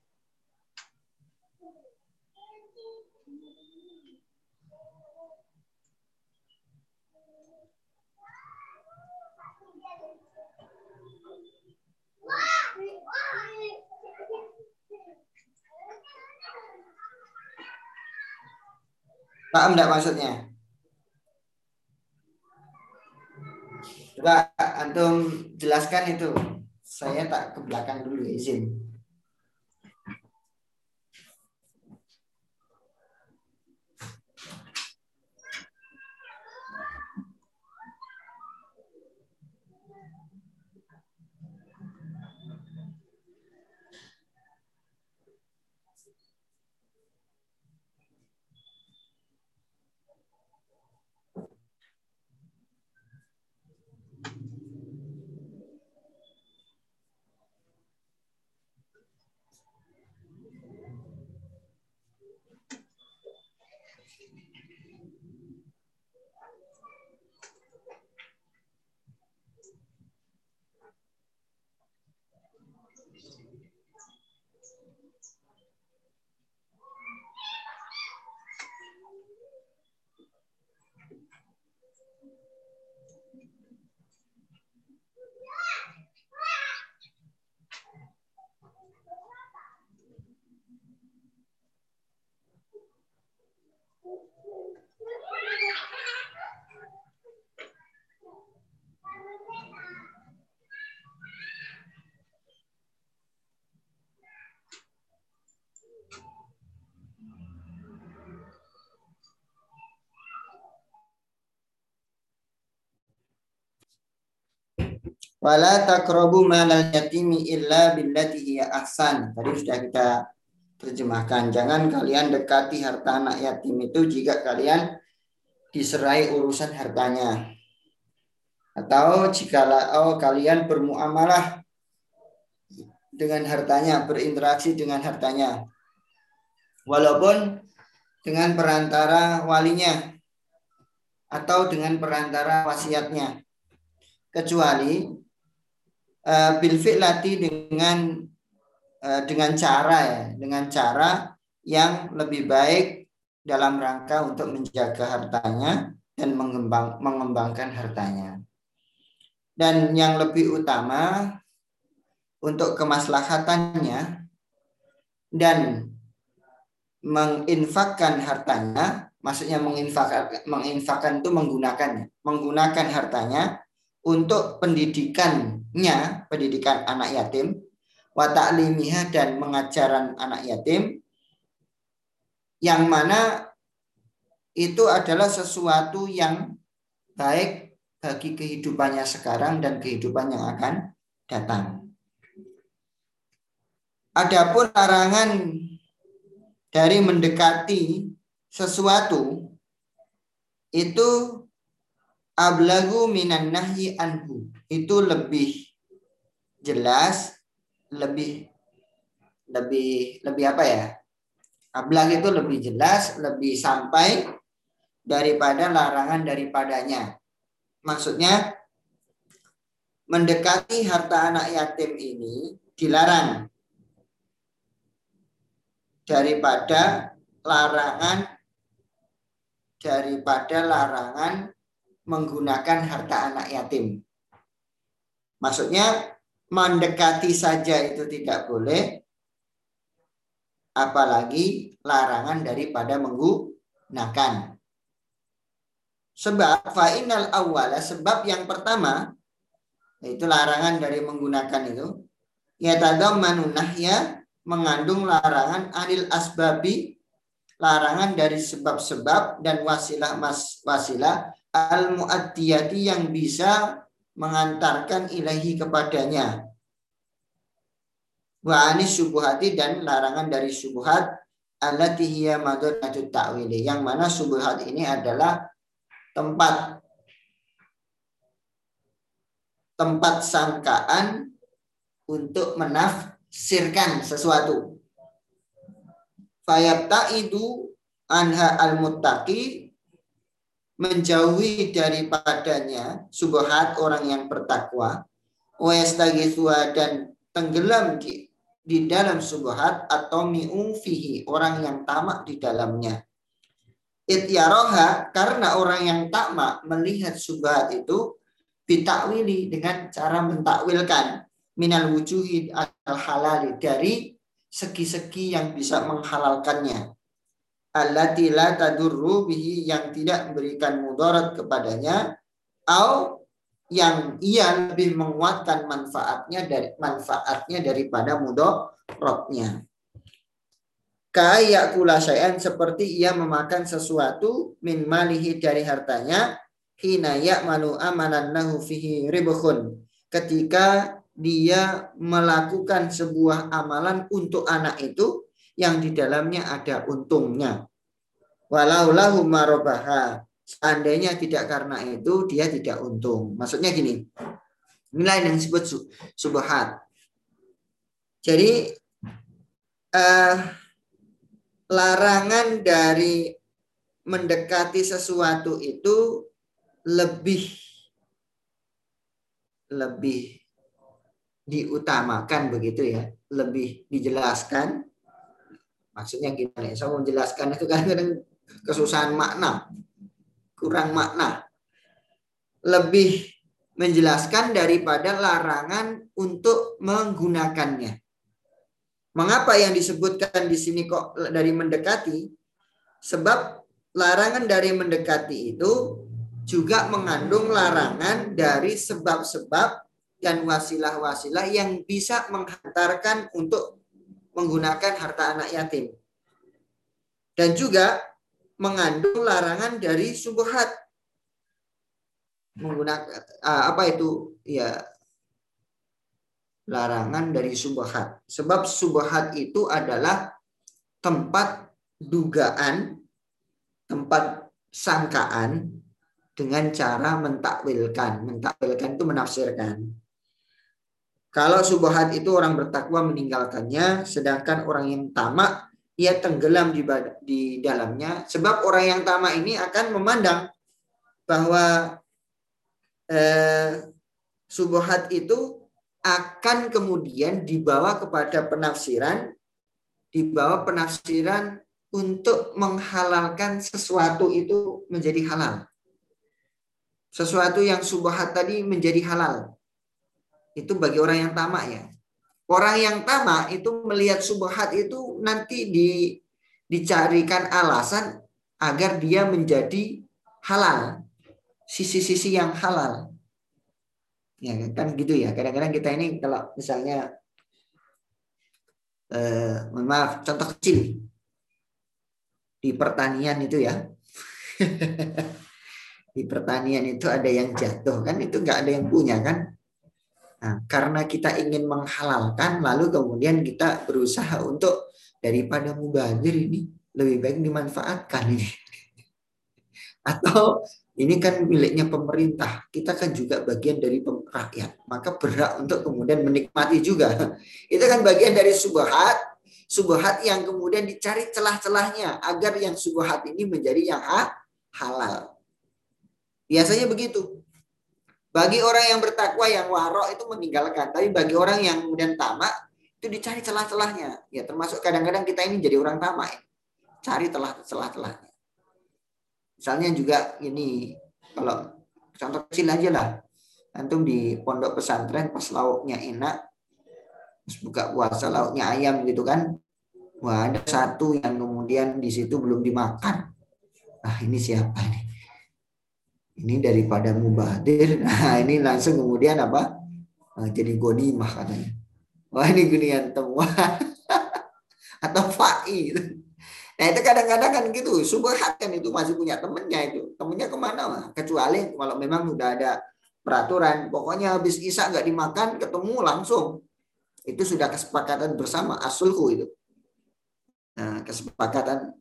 B: Paham enggak maksudnya? Coba antum jelaskan itu. Saya tak ke belakang dulu, izin. Wala taqrabu malal yatimi illa billati hiya ahsan. Tadi sudah kita terjemahkan. Jangan kalian dekati harta anak yatim itu jika kalian diserai urusan hartanya. Atau jika kalian bermuamalah dengan hartanya, berinteraksi dengan hartanya. Walaupun dengan perantara walinya atau dengan perantara wasiatnya. Kecuali bil fi'lati dengan cara yang lebih baik dalam rangka untuk menjaga hartanya dan mengembangkan hartanya. Dan yang lebih utama untuk kemaslahatannya dan menginfakkan hartanya, maksudnya menginfakkan itu menggunakan hartanya untuk pendidikannya, pendidikan anak yatim, wa ta'limiha dan mengajaran anak yatim, yang mana itu adalah sesuatu yang baik bagi kehidupannya sekarang dan kehidupan yang akan datang. Adapun larangan dari mendekati sesuatu itu ablagu minan nahyi anhu. Itu lebih jelas, lebih apa ya? Ablag itu lebih jelas, lebih sampai daripada larangan daripadanya. Maksudnya mendekati harta anak yatim ini dilarang daripada larangan menggunakan harta anak yatim. Maksudnya mendekati saja itu tidak boleh, apalagi larangan daripada menggunakan. Sebab fa'inal awwala, sebab yang pertama, yaitu larangan dari menggunakan itu, yatadammanu nahya, mengandung larangan anil asbabi, larangan dari sebab-sebab dan wasilah al-mu'addiyati yang bisa mengantarkan ilahi kepadanya. Wa anis syubuhati, dan larangan dari syubhat allati hiya madunatut ta'wili, yang mana syubhat ini adalah tempat sangkaan untuk menafsirkan sesuatu. Fayabta'idu anha al-muttaqi, menjauhi daripadanya subhat orang yang bertakwa, wa yastaghithuha, dan tenggelam di dalam subhat, atau mi'u fihi, orang yang tamak di dalamnya. Ityaroha, karena orang yang tamak melihat subhat itu bitakwili, dengan cara mentakwilkan, minal wujuhi al-halali, dari segi-segi yang bisa menghalalkannya, allati la tadurru bihi, yang tidak memberikan mudarat kepadanya, au yang ia lebih menguatkan manfaatnya daripada mudaratnya. Kaya kula syai'an, seperti ia memakan sesuatu, min malihi, dari hartanya, hina ya'malu amalan lahu fihi ribkhun, ketika dia melakukan sebuah amalan untuk anak itu yang di dalamnya ada untungnya. Walau lahu marobaha, seandainya tidak karena itu dia tidak untung. Maksudnya gini, nilai yang disebut subhat. Jadi larangan dari mendekati sesuatu itu lebih diutamakan, begitu ya, lebih dijelaskan. Maksudnya gimana ya? Saya mau menjelaskan itu kadang-kadang kesusahan makna, kurang makna. Lebih menjelaskan daripada larangan untuk menggunakannya. Mengapa yang disebutkan di sini kok dari mendekati? Sebab larangan dari mendekati itu juga mengandung larangan dari sebab-sebab dan wasilah-wasilah yang bisa menghantarkan untuk menggunakan harta anak yatim. Dan juga mengandung larangan dari subhat. Menggunakan apa itu? Ya, larangan dari subhat. Sebab subhat itu adalah tempat dugaan, tempat sangkaan dengan cara mentakwilkan. Mentakwilkan itu menafsirkan. Kalau subhat itu orang bertakwa meninggalkannya, sedangkan orang yang tamak ia tenggelam di dalamnya. Sebab orang yang tamak ini akan memandang bahwa subhat itu akan kemudian dibawa kepada penafsiran, untuk menghalalkan sesuatu itu menjadi halal. Sesuatu yang subhat tadi menjadi halal. Itu bagi orang yang tamak ya. Orang yang tamak itu melihat subhat itu nanti dicarikan alasan agar dia menjadi halal. Sisi-sisi yang halal. Ya kan gitu ya. Kadang-kadang kita ini kalau misalnya maaf, contoh kecil di pertanian itu ya. Di pertanian itu ada yang jatuh kan, itu nggak ada yang punya kan. Nah, karena kita ingin menghalalkan, lalu kemudian kita berusaha untuk daripada mubazir ini lebih baik dimanfaatkan ini. Atau ini kan miliknya pemerintah, kita kan juga bagian dari rakyat, maka berhak untuk kemudian menikmati juga. Itu kan bagian dari subhat yang kemudian dicari celah-celahnya agar yang subhat ini menjadi yang halal. Biasanya begitu. Bagi orang yang bertakwa, yang warok itu meninggalkan. Tapi bagi orang yang kemudian tamak, itu dicari celah-celahnya. Ya termasuk kadang-kadang kita ini jadi orang tamak. Cari celah-celahnya. Misalnya juga ini, kalau contoh kecil aja lah. Antum di pondok pesantren pas lauknya enak, terus buka puasa lauknya ayam gitu kan. Wah, ada satu yang kemudian di situ belum dimakan. Ah, ini siapa nih? Ini daripada mubadir. Nah, ini langsung kemudian apa? Jadi gonimah katanya. Wah, ini gunian temuan. Atau fa'i. Nah, itu kadang-kadang kan gitu. Subhat kan itu masih punya temennya itu. Temennya kemana? Kecuali kalau memang udah ada peraturan. Pokoknya habis isya nggak dimakan, ketemu langsung. Itu sudah kesepakatan bersama. Asulhu itu. Nah, kesepakatan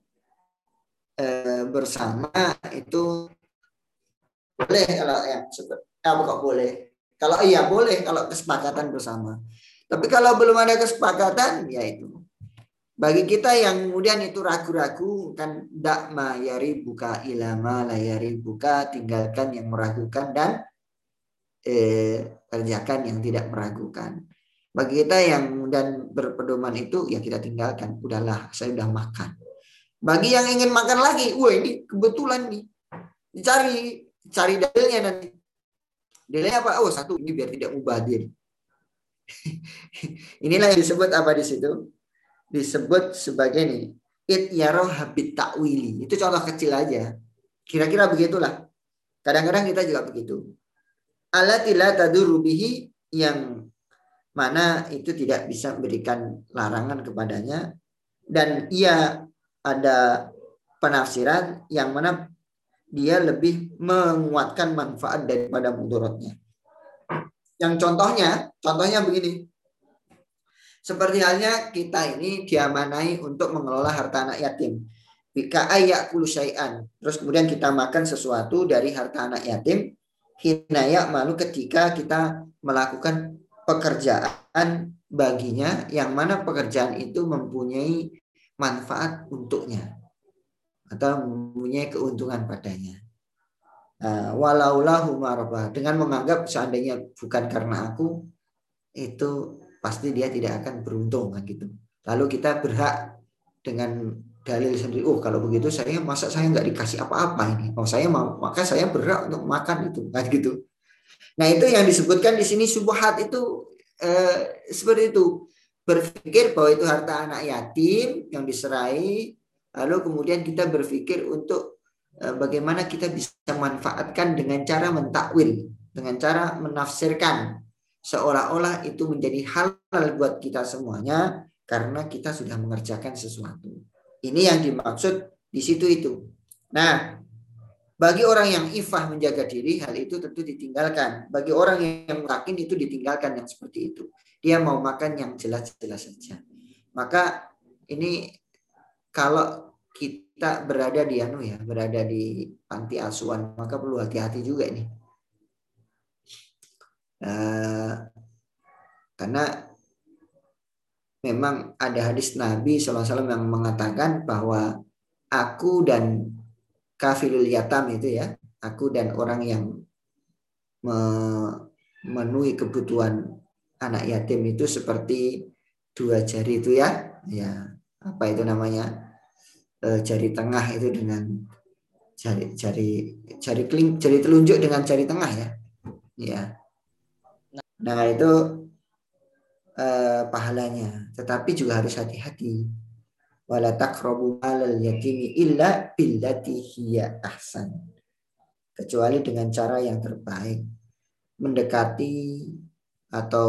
B: bersama itu boleh kalau yang kok boleh. Kalau iya boleh kalau kesepakatan bersama. Tapi kalau belum ada kesepakatan ya itu. Bagi kita yang kemudian itu ragu-ragu kan dakma yari buka ilama layari buka, tinggalkan yang meragukan dan kerjakan yang tidak meragukan. Bagi kita yang dan berpedoman itu ya kita tinggalkan. Udahlah, saya udah makan. Bagi yang ingin makan lagi, wah ini kebetulan nih. Cari dalilnya nanti. Dalilnya apa? Oh, satu ini biar tidak mubadir. Inilah yang disebut apa di situ? Disebut sebagai nih ityaro habit takwili. Itu contoh kecil aja. Kira-kira begitulah. Kadang-kadang kita juga begitu. Alatila tadurru bihi, yang mana itu tidak bisa memberikan larangan kepadanya, dan ia ada penafsiran yang mana dia lebih menguatkan manfaat daripada mudaratnya. Yang contohnya begini. Seperti halnya kita ini diamanai untuk mengelola harta anak yatim. Bika ayakulu syai'an. Terus kemudian kita makan sesuatu dari harta anak yatim. Hinaya malu ketika kita melakukan pekerjaan baginya, yang mana pekerjaan itu mempunyai manfaat untuknya atau mempunyai keuntungan padanya. Walaulahu marabah, dengan menganggap seandainya bukan karena aku, itu pasti dia tidak akan beruntung kan gitu. Lalu kita berhak dengan dalil sendiri, oh kalau begitu masa saya nggak dikasih apa-apa ini, oh saya mau, maka saya berhak untuk makan itu kan gitu. Nah itu yang disebutkan di sini subhat itu seperti itu, berpikir bahwa itu harta anak yatim yang diserai, lalu kemudian kita berpikir untuk bagaimana kita bisa manfaatkan dengan cara mentakwil, dengan cara menafsirkan seolah-olah itu menjadi halal buat kita semuanya karena kita sudah mengerjakan sesuatu. Ini yang dimaksud di situ itu. Nah, Bagi orang yang ifah menjaga diri, hal itu tentu ditinggalkan. Bagi orang yang mutakin itu ditinggalkan yang seperti itu. Dia mau makan yang jelas-jelas saja. Maka ini kalau kita berada di berada di panti asuhan, maka perlu hati-hati juga ini. Karena memang ada hadis Nabi SAW yang mengatakan bahwa aku dan kafilul yatam itu ya, aku dan orang yang memenuhi kebutuhan anak yatim itu seperti dua jari itu ya, apa itu namanya, jari tengah itu dengan jari telunjuk dengan jari tengah ya. Nah itu pahalanya, tetapi juga harus hati-hati. Wala taqrabu malal yatimi illa billati hiya ahsan. Kecuali dengan cara yang terbaik. Mendekati atau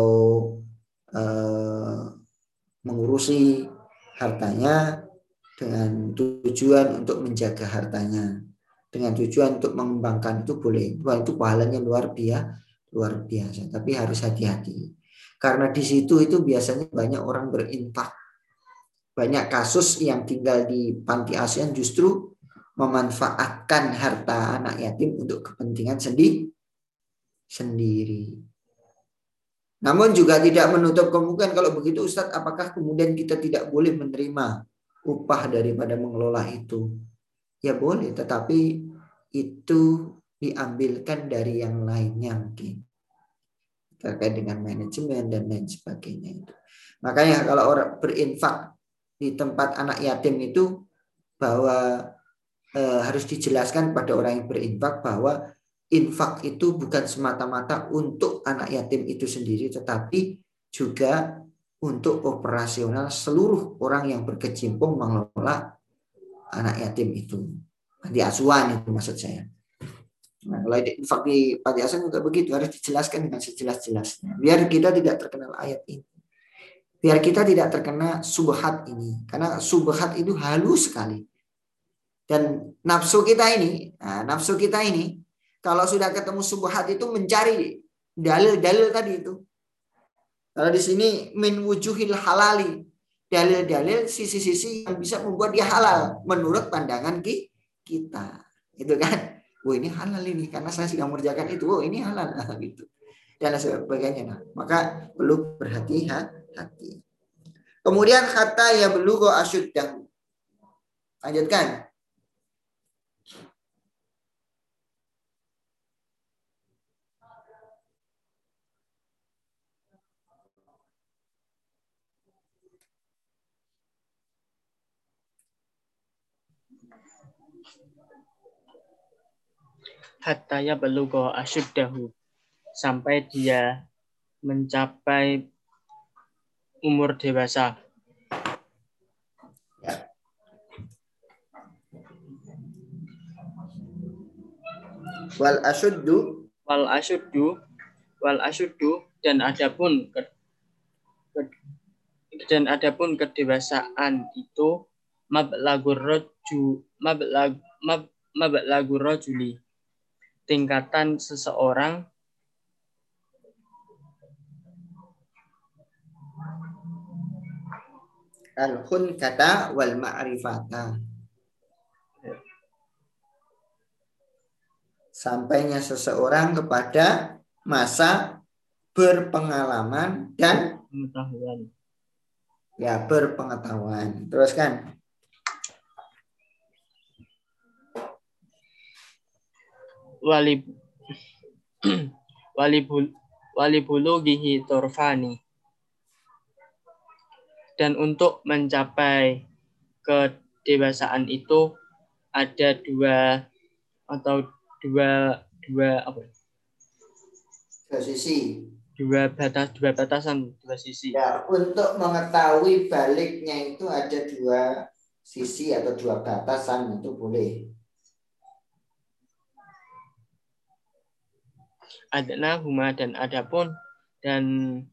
B: mengurusi hartanya dengan tujuan untuk menjaga hartanya, dengan tujuan untuk mengembangkan itu boleh. Wah, itu pahalanya luar biasa. Tapi harus hati-hati. Karena di situ itu biasanya banyak orang berinfak. Banyak kasus yang tinggal di panti asuhan justru memanfaatkan harta anak yatim untuk kepentingan sendiri. Namun juga tidak menutup kemungkinan kalau begitu Ustadz, apakah kemudian kita tidak boleh menerima upah daripada mengelola itu? Ya boleh, tetapi itu diambilkan dari yang lainnya mungkin. Terkait dengan manajemen dan lain sebagainya itu. Makanya kalau orang berinfak di tempat anak yatim itu bahwa harus dijelaskan pada orang yang berinfak bahwa infak itu bukan semata-mata untuk anak yatim itu sendiri, tetapi juga untuk operasional seluruh orang yang berkecimpung mengelola anak yatim itu. Panti asuhan itu maksud saya. Nah, kalau infak di panti asuhan juga begitu, harus dijelaskan dengan sejelas-jelasnya. Biar kita tidak terkenal ayat ini. Biar kita tidak terkena subhat ini. Karena subhat itu halus sekali. Dan nafsu kita ini, kalau sudah ketemu subhat itu mencari dalil-dalil tadi itu. Kalau di sini min wujuhil halali, dalil-dalil sisi-sisi yang bisa membuat dia halal menurut pandangan kita. Itu kan. Oh ini halal ini karena saya sudah mengerjakan itu. Oh ini halal gitu. Dan sebagainya. Nah, maka perlu berhati-hati. Kemudian kata ya belugho asyuddah. Lanjutkan.
A: Hatta ya belugho asyuddahu, sampai dia mencapai umur dewasa.
B: Wal
A: asyuddu dan adapun kedewasaan itu mablagur rajuli, tingkatan seseorang
B: al-khunkata wal ma'rifata, sampainya seseorang kepada masa berpengalaman dan
A: pengetahuan.
B: Ya, berpengetahuan. Teruskan.
A: Walibulughihi torfani, dan untuk mencapai kedewasaan itu ada dua
B: sisi.
A: Dua batasan, dua sisi.
B: Ya, untuk mengetahui baliknya itu ada dua sisi atau dua batasan, itu boleh.
A: Adna huma, dan adapun dan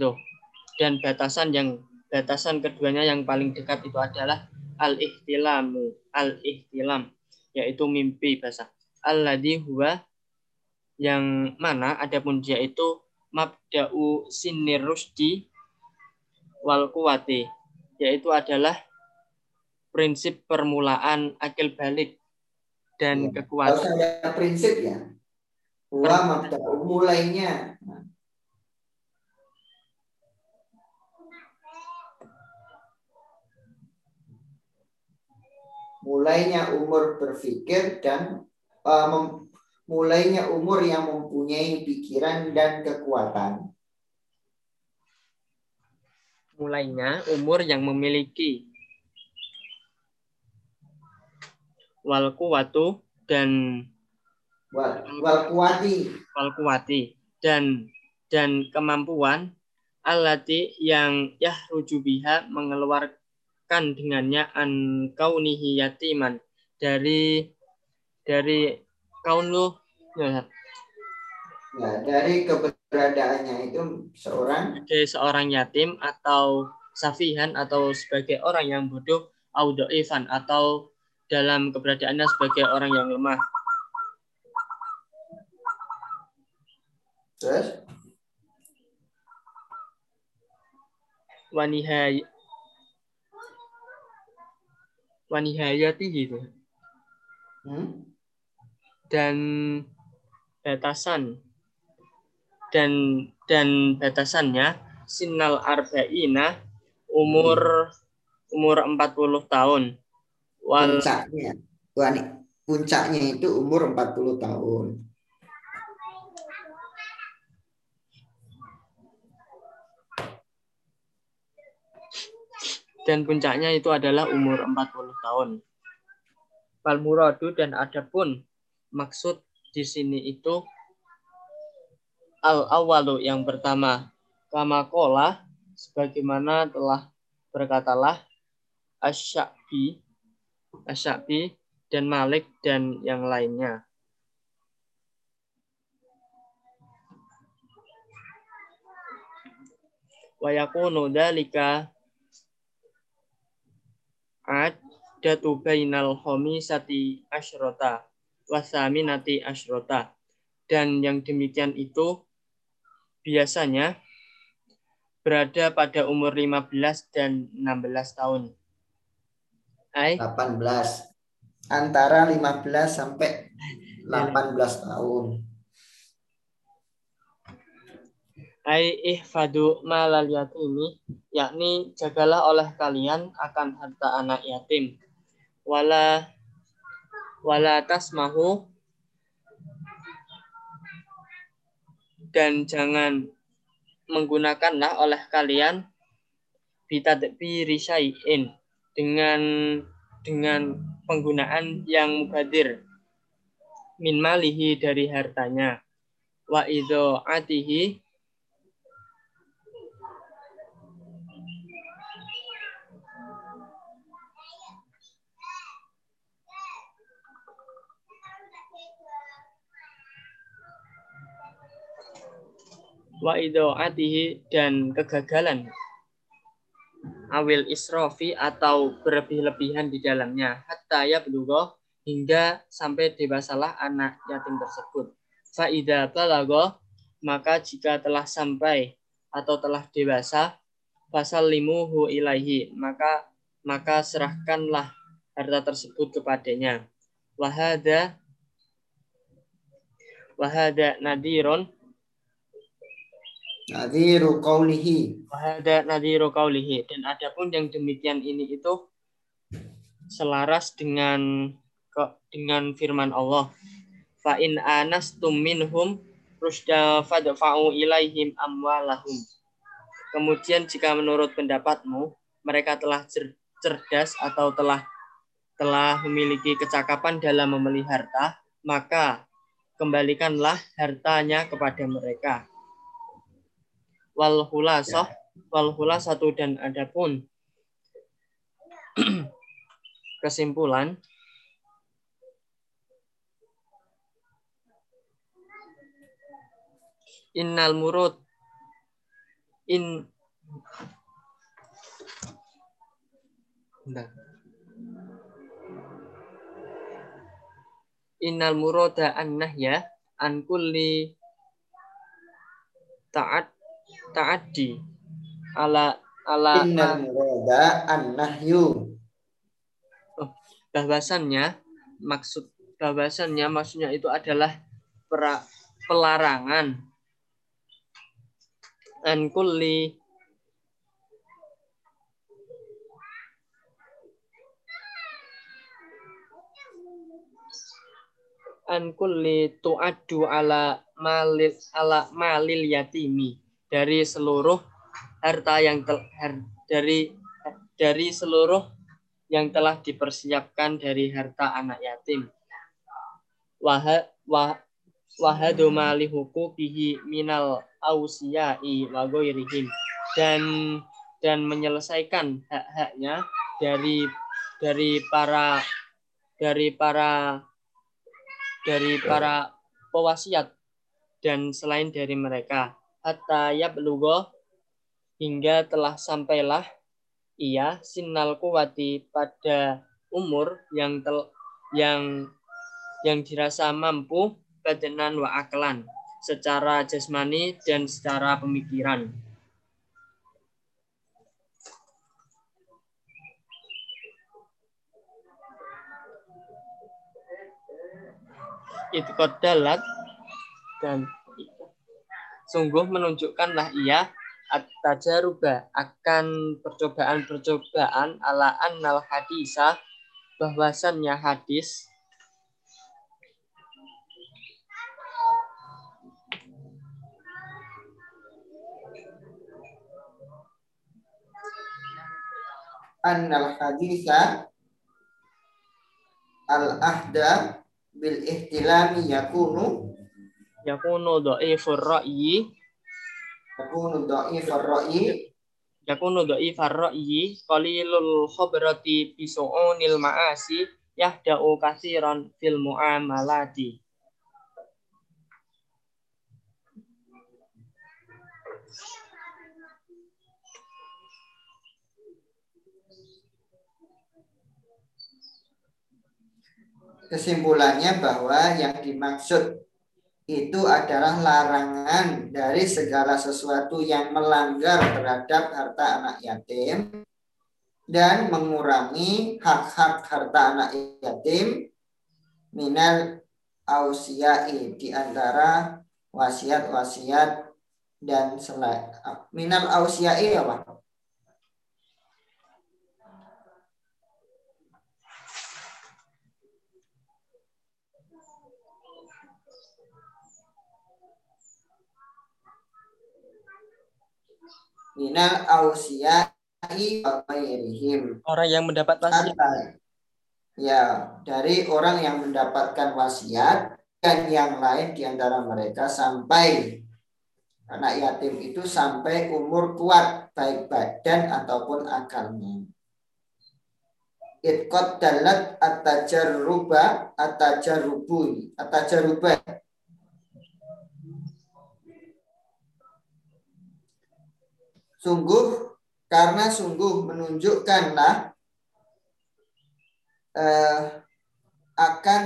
A: batasan keduanya yang paling dekat itu adalah al-ihtilam, yaitu mimpi, bahasa alladzi huwa yang mana adapun dia itu mabda'u sinir rusdi wal quwati, yaitu adalah prinsip permulaan akil balik dan
B: Ya. Kalau
A: kekuatan.
B: saya prinsip ya, huwa mabda'u mulainya. Mulainya umur berpikir dan mulainya umur yang mempunyai pikiran dan kekuatan.
A: Mulainya umur yang memiliki wal quwatu dan
B: Wal
A: kuwati dan kemampuan allati yang yahruju biha mengeluarkan dengannya an kaunihi yatiman dari kaunu ya,
B: dari keberadaannya itu
A: sebagai seorang yatim atau safihan atau sebagai orang yang bodoh au dhaifan atau dalam keberadaannya sebagai orang yang lemah.
B: terus
A: wanihayatihi dan batasan dan batasannya sinnal arba'ina umur 40 tahun.
B: Puncaknya itu umur 40 tahun.
A: Dan puncaknya itu adalah umur 40 tahun. Fal muradu dan adapun maksud di sini itu al awalu yang pertama, kama qala sebagaimana telah berkatalah Asy-Sya'bi dan Malik dan yang lainnya. Wa yakunu dzalika adatu bainal khamisati asyrota wasaminati asyrota, dan yang demikian itu biasanya berada pada umur 15 dan 16 tahun.
B: 18. Antara 15 sampai 18 tahun.
A: Ihfadu malal yatimi, yakni jagalah oleh kalian akan harta anak yatim. Wala tasmahu, dan jangan menggunakanlah oleh kalian bitadbiri syai'in dengan penggunaan yang mubadir min malihi dari hartanya wa idho'atihi dan kegagalan awil israfi atau berlebih-lebihan di dalamnya hatta ya belugha hingga sampai dewasalah anak yatim tersebut. Fa idza balagha, maka jika telah sampai atau telah dewasa, fasallimuhu ilaihi, maka serahkanlah harta tersebut kepadanya. Wahada nadirun
B: Nadhiru qaulihi.
A: Wahada nadhiru qaulihi, dan adapun yang demikian ini itu selaras dengan firman Allah. Fa in anastum minhum rusda fadfa'u ilaihim amwalahum. Kemudian jika menurut pendapatmu mereka telah cerdas atau telah memiliki kecakapan dalam memelihara harta, maka kembalikanlah hartanya kepada mereka. Wal khulasatu, dan adapun kesimpulan, innal murud innal murada an-nahya an kulli ta'addi ala
B: Innal murada an-nahyu.
A: bahwasannya maksudnya itu adalah pelarangan an kulli tu'addu ala malil yatimi, dari seluruh harta yang dari seluruh yang telah dipersiapkan dari harta anak yatim. Wahadu mali hukukihi minal ausiyai wa ghairihim, dan menyelesaikan hak-haknya dari para pewasiat dan selain dari mereka, hatta yablugha, hingga telah sampailah ia sinnal quwati, pada umur yang dirasa mampu badanan wa aklan, secara jasmani dan secara pemikiran. Itu kodalat, dan sungguh menunjukkanlah ia at-tajaruba, akan percobaan ala annal hadisah, bahwasannya hadis
B: Annal haditha al-ahda bil ihtilami yakunu
A: dha'ifur ra'yi qalilul khobrati bisu'unil ma'asi yahda'u katsiran fil mu'amalati.
B: Kesimpulannya bahwa yang dimaksud itu adalah larangan dari segala sesuatu yang melanggar terhadap harta anak yatim dan mengurangi hak-hak harta anak yatim minal ausiyai, di antara wasiat-wasiat dan selain minal ausiyai apa? Minal ausiyai wa ghairihim,
A: Orang yang mendapat wasiat.
B: Ya, dari orang yang mendapatkan wasiat dan yang lain di antara mereka, sampai anak yatim itu sampai umur kuat baik badan ataupun akalnya. Itqad dalat at-tajarruba sungguh menunjukkanlah akan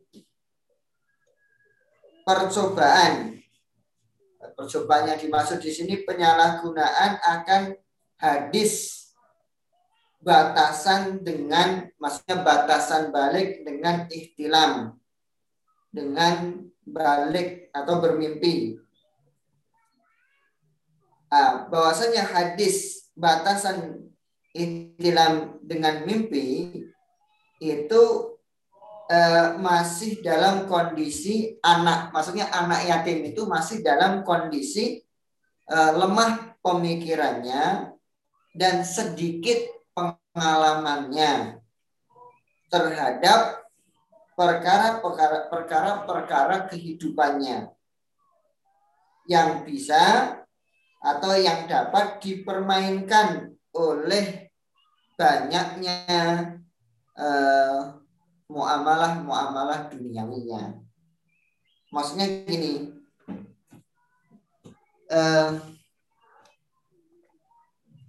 B: percobaan yang dimaksud di sini penyalahgunaan akan hadis, maksudnya batasan balik dengan ihtilam, dengan balik atau bermimpi. Bahwasanya hadis batasan ihtilam dengan mimpi itu masih dalam kondisi maksudnya anak yatim itu masih dalam kondisi lemah pemikirannya dan sedikit pengalamannya terhadap perkara kehidupannya yang bisa atau yang dapat dipermainkan oleh banyaknya muamalah duniawinya. Maksudnya gini,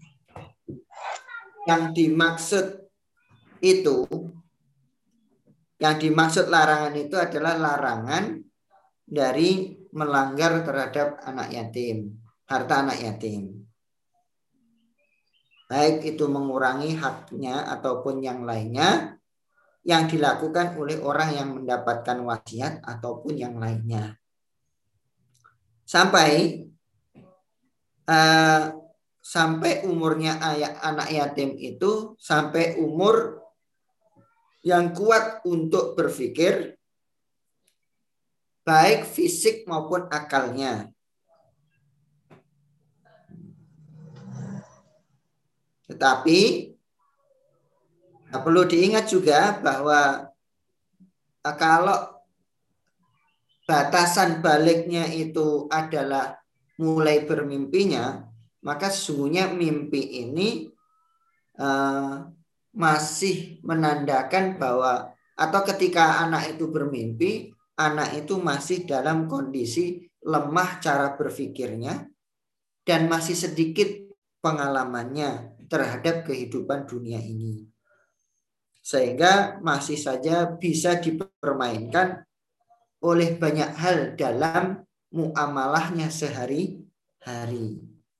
B: yang dimaksud itu Yang dimaksud larangan itu adalah larangan dari melanggar terhadap anak yatim, harta anak yatim. Baik itu mengurangi haknya ataupun yang lainnya yang dilakukan oleh orang yang mendapatkan wasiat ataupun yang lainnya. Sampai umurnya anak yatim itu sampai umur yang kuat untuk berpikir, baik fisik maupun akalnya. Tetapi perlu diingat juga bahwa kalau batasan baliknya itu adalah mulai bermimpinya, maka sesungguhnya mimpi ini masih menandakan bahwa atau ketika anak itu bermimpi, anak itu masih dalam kondisi lemah cara berpikirnya dan masih sedikit pengalamannya terhadap kehidupan dunia ini. Sehingga masih saja bisa dipermainkan oleh banyak hal dalam muamalahnya sehari-hari.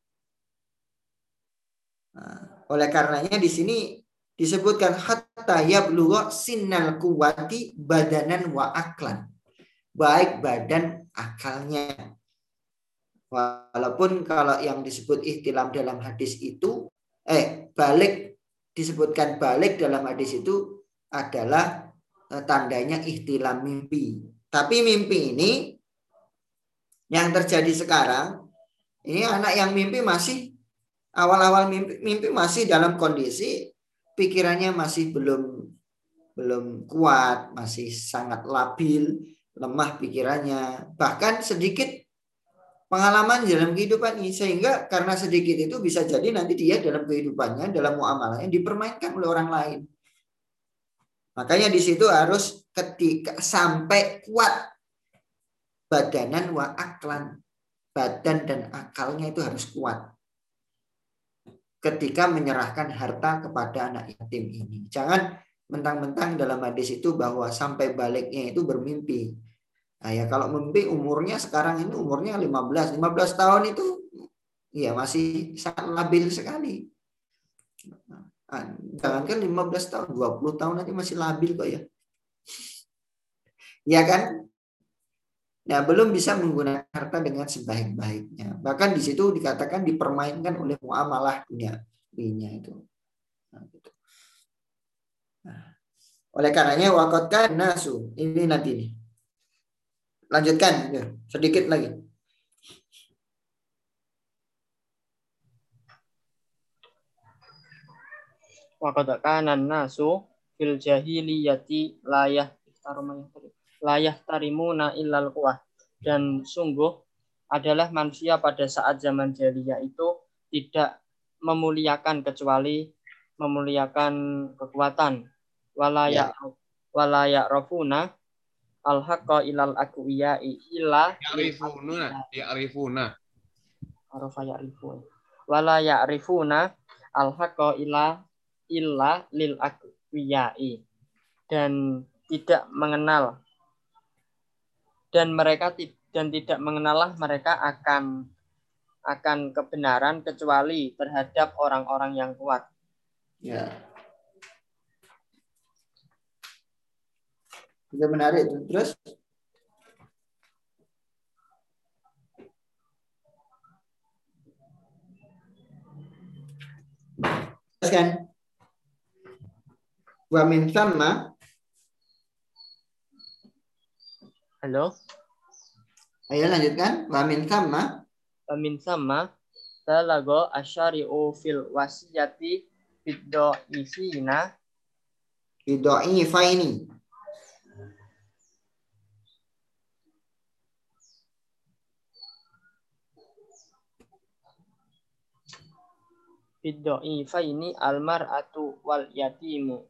B: Oleh karenanya di sini disebutkan hatta yablugha sinnal quwwati badanan wa aklan. Baik badan akalnya. Walaupun kalau yang disebut ihtilam dalam hadis itu balik disebutkan balik dalam hadis itu adalah tandanya ihtilam mimpi. Tapi mimpi ini yang terjadi sekarang ini anak yang mimpi masih awal-awal mimpi masih dalam kondisi pikirannya masih belum kuat, masih sangat labil, lemah pikirannya, bahkan sedikit pengalaman dalam kehidupan ini, sehingga karena sedikit itu bisa jadi nanti dia dalam kehidupannya, dalam muamalahnya dipermainkan oleh orang lain. Makanya di situ harus ketika sampai kuat badanan wa aklan, badan dan akalnya itu harus kuat ketika menyerahkan harta kepada anak yatim ini. Jangan mentang-mentang dalam hadis itu bahwa sampai baliknya itu bermimpi. Nah ya kalau mimpi umurnya sekarang ini umurnya 15 tahun itu ya masih sangat labil sekali. Jangankan 15 tahun, 20 tahun nanti masih labil kok ya. Ya kan? Nah, belum bisa menggunakan harta dengan sebaik-baiknya. Bahkan di situ dikatakan dipermainkan oleh muamalah duniawinya itu. Nah, gitu. Nah, oleh karenanya waqad nasu. Ini nanti nih. Lanjutkan ya, sedikit lagi.
A: Waqad kana nasu fil jahiliyati layah tarimuna illal quwah. Dan sungguh adalah manusia pada saat zaman jahiliyah itu tidak memuliakan kecuali memuliakan kekuatan. Walayak rofuna al-haqqa ilal aqwiyai illa
C: Ya'rifuna.
A: arafa ya'rifun. Wala ya'rifuna al-haqqa illa lil aqwiyai. Dan tidak mengenal dan tidak mengenallah mereka akan kebenaran kecuali terhadap orang-orang yang kuat.
B: Ya. Itu menarik itu. Terus kan wa min thamma.
A: Halo.
B: Ayo lanjutkan. Wa min thamma.
A: Wa min thamma talago asyari'u fil wasiyati biddo'ifina
B: Biddo'ifaini.
A: biddo'ifaini almar'atu wal yatimu.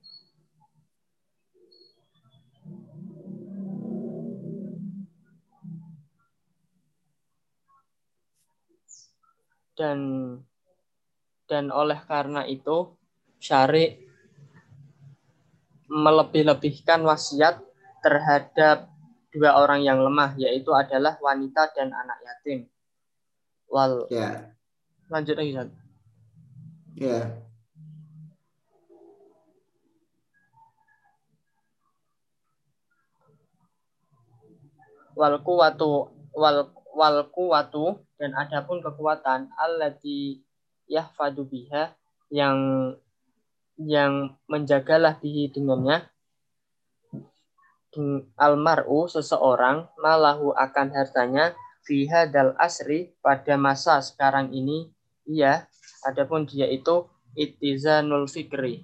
A: Dan oleh karena itu syari melebih-lebihkan wasiat terhadap dua orang yang lemah, yaitu adalah wanita dan anak yatim.
B: Ya,
A: Lanjut lagi, Ustaz.
B: ya.
A: Wal kuwatu dan adapun kekuatan allati yahfadu biha yang menjagalah bihi dengannya almar'u seseorang malahu akan hartanya fi hadal asri pada masa sekarang ini, iya, adapun dia itu ittizanul fikri,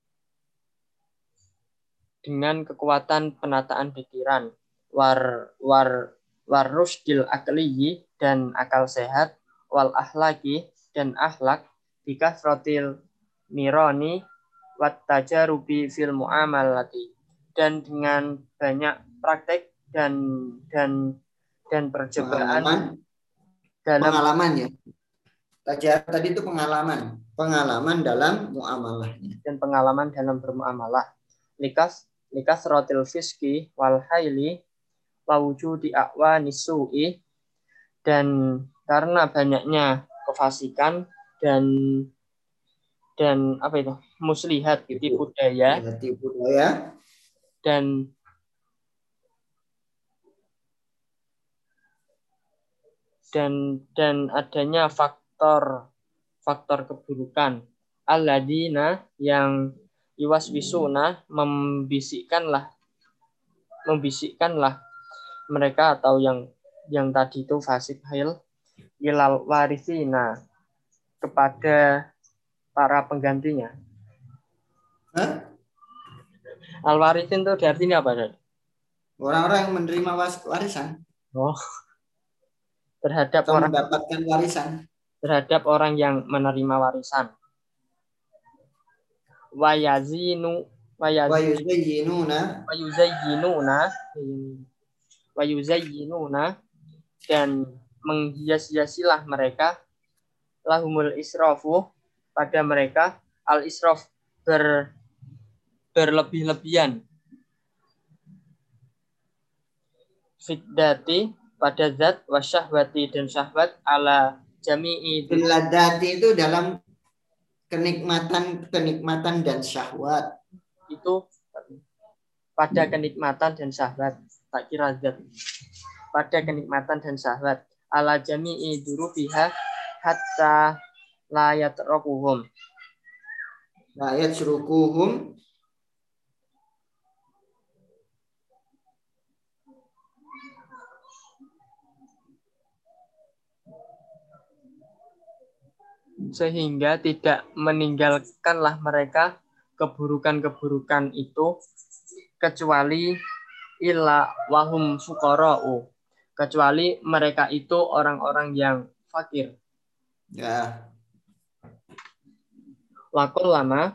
A: dengan kekuatan penataan pikiran, war rusdil akliyi dan akal sehat, wal ahlaki dan akhlak, bikasrotil nironi wat tajarubi fil muamalati, dan dengan banyak praktek dan percobaan dalam
B: Pengalaman ya. Tadi itu pengalaman dalam muamalahnya.
A: Dan pengalaman dalam bermuamalah. Likas rotil fiski wal haili wawujudi a'wa nisu'i, dan karena banyaknya kefasikan dan apa itu muslihat tipu daya dan adanya faktor keburukan alladzina yang yuwaswisuna membisikkanlah mereka atau yang tadi itu fasik hil ilal warisina kepada para penggantinya. Al warisin itu artinya apa, Dad?
B: Orang-orang yang menerima warisan.
A: Oh. Terhadap
B: atau
A: orang
B: mendapatkan warisan.
A: Terhadap orang yang menerima warisan. Wayuzayyinuna dan menghias-hiasilah mereka lahumul israfu pada mereka al israf berlebih-lebihan fiddati pada zat wasyahwati dan syahwat ala jami'i
B: Filadati itu dalam kenikmatan dan syahwat.
A: Itu pada kenikmatan dan syahwat, tak kira zat. Pada kenikmatan dan syahwat ala jami'i durubiha hatta la yatrakuhum.
B: La yatrukuhum
A: sehingga tidak meninggalkanlah mereka keburukan-keburukan itu kecuali illa wahum fuqara'u, kecuali mereka itu orang-orang yang fakir.
B: ya.
A: Wakul lama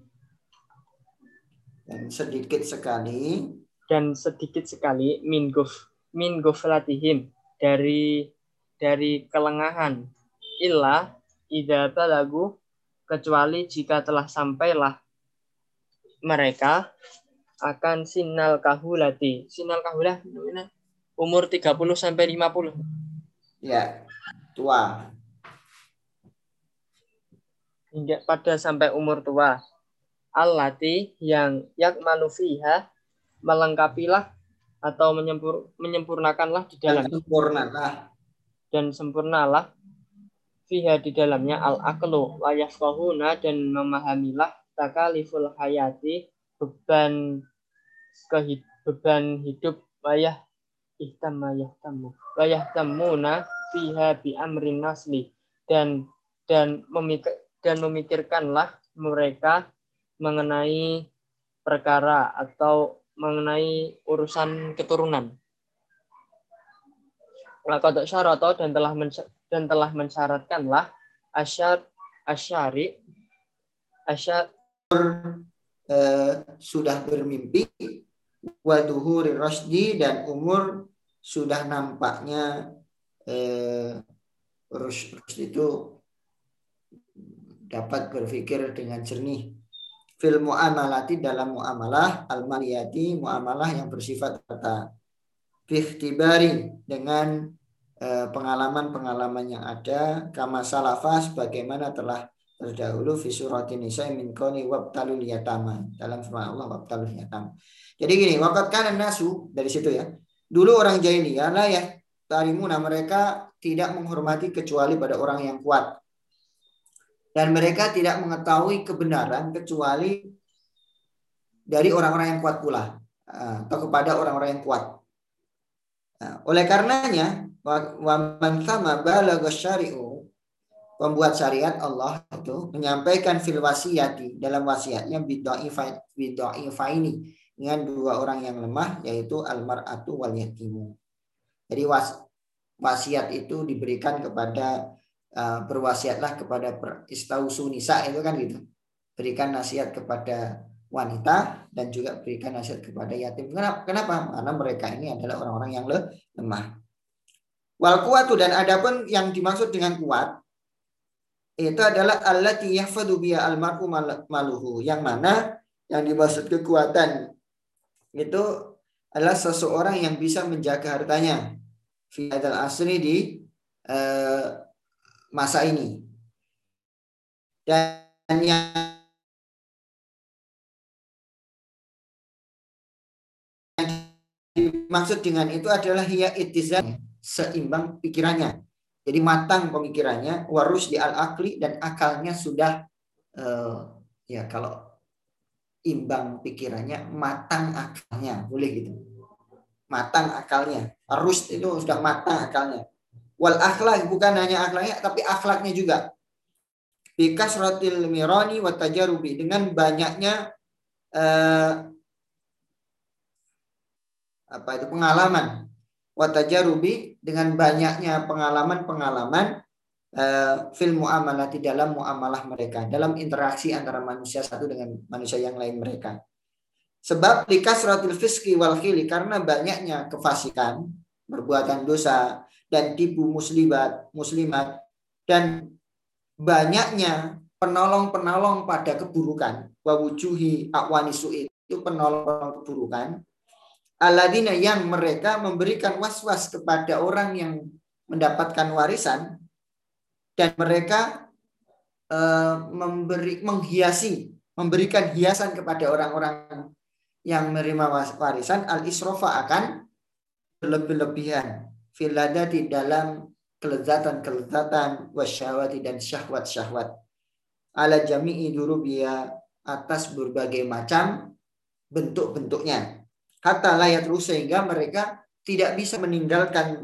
B: Dan sedikit sekali min guflatihim dari kelengahan illa idza balagu, kecuali jika telah sampailah mereka akan sinal kahulati. Sinal kahulah umur 30 sampai 50. Ya, tua.
A: Hingga pada sampai umur tua. Allati yang yakmalu fiha, melengkapilah atau menyempurnakanlah di dalamnya. Dan sempurnalah fiha di dalamnya al-aqlu wa yafqahuna, dan memahamilah takaliful hayati, beban hidup wayah tamuna fiha bi amrin nasli, dan memikirkanlah mereka mengenai perkara atau mengenai urusan keturunan. Laqad syarata dan telah mensyaratkanlah asyari
B: sudah bermimpi waduhuri rasdi, dan umur sudah nampaknya rusd itu dapat berpikir dengan jernih. fil muamalati dalam muamalah al-maliyati muamalah yang bersifat harta bihtibari dengan pengalaman-pengalaman yang ada kama salafa sebagaimana telah terdahulu fi suratin nisa min qawli wabtalul yatama dalam firman Allah wabtalul yatama. Jadi gini, waqad kana nasu dari situ ya. Dulu orang jahiliyah lah ya tarimuna mereka tidak menghormati kecuali pada orang yang kuat. Dan mereka tidak mengetahui kebenaran kecuali dari orang-orang yang kuat pula atau kepada orang-orang yang kuat. Nah, oleh karenanya wa man sama balagha syari'u pembuat syariat Allah itu menyampaikan fil wasiyati dalam wasiatnya bidha'ifaini dengan dua orang yang lemah yaitu almar'atu wal yatimu. Jadi wasiat itu diberikan kepada berwasiatlah kepada istausu nisa itu kan gitu. Berikan nasihat kepada wanita dan juga berikan nasihat kepada yatim. Kenapa? Karena mereka ini adalah orang-orang yang lemah. Wal kuwatu dan adapun yang dimaksud dengan kuat itu adalah allati yahfadu biha almar'u maluhu, yang mana yang dimaksud kekuatan itu adalah seseorang yang bisa menjaga hartanya fi hadzal asri di masa ini. Dan yang dimaksud dengan itu adalah hiya ittizan, seimbang pikirannya. Jadi matang pemikirannya, warus di al-akli dan akalnya sudah ya kalau imbang pikirannya, matang akalnya, boleh gitu. Matang akalnya. Arus itu sudah matang akalnya. Wal akhlak bukan hanya akhlaknya tapi akhlaknya juga. Bikasratil mirani wa tajarubi dengan banyaknya pengalaman. Wa tajarubi dengan banyaknya pengalaman-pengalaman fil muamalah di dalam muamalah mereka, dalam interaksi antara manusia satu dengan manusia yang lain mereka. Sebab likasratil fiski wal khili, karena banyaknya kefasikan, perbuatan dosa dan tipu muslimat dan banyaknya penolong-penolong pada keburukan, wa wujuhi aqwani su'i, itu penolong keburukan, alladzina yang mereka memberikan was-was kepada orang yang mendapatkan warisan dan mereka memberikan hiasan kepada orang-orang yang menerima warisan al-israfa akan berlebih-lebihan fil ladati dalam kelezatan wasyahwati dan syahwat-syahwat ala jami'i durubiya atas berbagai macam bentuk-bentuknya hatta layat terus sehingga mereka tidak bisa meninggalkan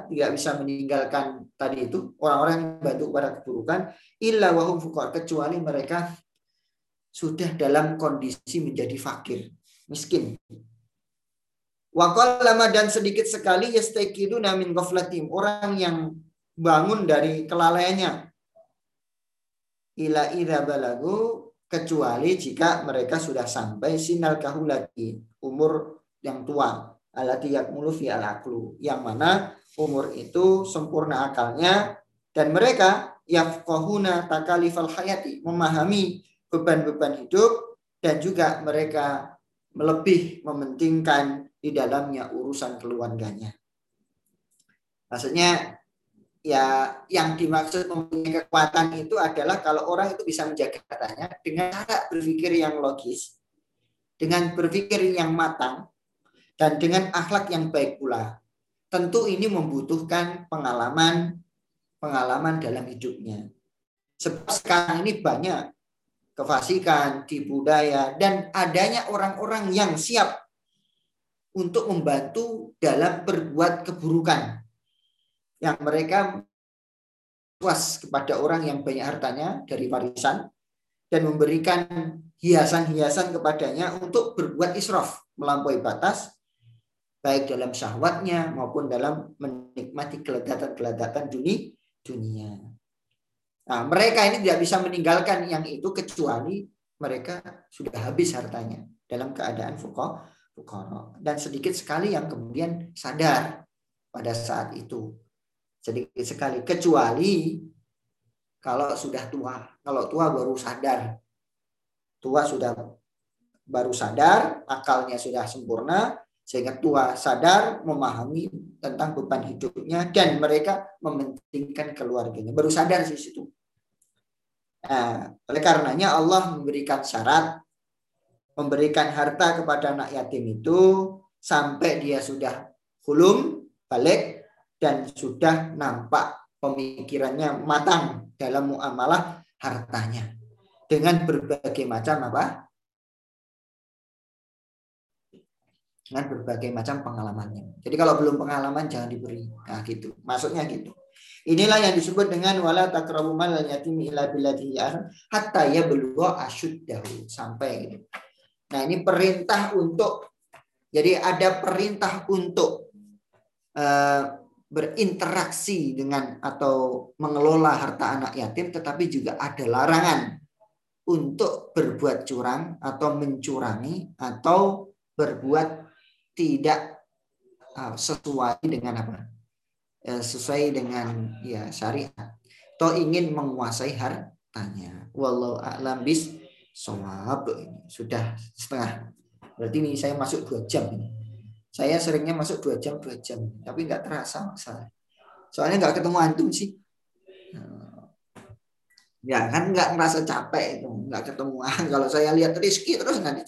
B: tadi itu orang-orang yang bantu pada keburukan illa wahum fuqar, kecuali mereka sudah dalam kondisi menjadi fakir, miskin. Wa qallama dan sedikit sekali yastaqiduna min ghaflatim, orang yang bangun dari kelalaiannya. Ila idza balagu, kecuali jika mereka sudah sampai sinal kahulati, umur yang tua, alati yakmulu fi al-aqlu, yang mana umur itu sempurna akalnya dan mereka yafqahuna takalifal hayati, memahami beban-beban hidup dan juga mereka lebih mementingkan di dalamnya urusan keluarganya. Maksudnya ya yang dimaksud mempunyai kekuatan itu adalah kalau orang itu bisa menjaga hartanya dengan cara berpikir yang logis, dengan berpikir yang matang, dan dengan akhlak yang baik pula. Tentu ini membutuhkan pengalaman dalam hidupnya. Sebab sekarang ini banyak kefasikan, tipu daya, dan adanya orang-orang yang siap untuk membantu dalam berbuat keburukan. Yang mereka puas kepada orang yang banyak hartanya dari warisan dan memberikan hiasan-hiasan kepadanya untuk berbuat israf, melampaui batas, baik dalam syahwatnya maupun dalam menikmati kelezatan-kelezatan dunia. Nah, mereka ini tidak bisa meninggalkan yang itu kecuali mereka sudah habis hartanya dalam keadaan fuqara, dan sedikit sekali yang kemudian sadar pada saat itu. Sedikit sekali, kecuali kalau sudah tua. Kalau tua baru sadar. tua sudah baru sadar, akalnya sudah sempurna, sehingga tua sadar memahami tentang beban hidupnya dan mereka mementingkan keluarganya. Baru sadar di situ. Nah, oleh karenanya Allah memberikan syarat, memberikan harta kepada anak yatim itu sampai dia sudah hulum, balik, dan sudah nampak pemikirannya matang dalam muamalah hartanya dengan berbagai macam apa? Dengan berbagai macam pengalamannya. Jadi kalau belum pengalaman jangan diberi. Nah, gitu. Maksudnya gitu. Inilah yang disebut dengan wala taqrabu malal yatimi illa billati hatta yablugha asyuddahu, sampai gitu. Nah, ini perintah untuk, jadi ada perintah untuk berinteraksi dengan atau mengelola harta anak yatim, tetapi juga ada larangan untuk berbuat curang atau mencurangi atau berbuat tidak sesuai dengan apa? Sesuai dengan ya syariat atau ingin menguasai hartanya. Wallahu a'lam bis-shawab. Sudah setengah. Berarti ini saya masuk 2 jam ini. Saya seringnya masuk 2 jam tapi nggak terasa masalah. Soalnya nggak ketemu antum sih. Ya kan nggak ngerasa capek itu, nggak ketemu. Kalau saya lihat Rizky terus nanti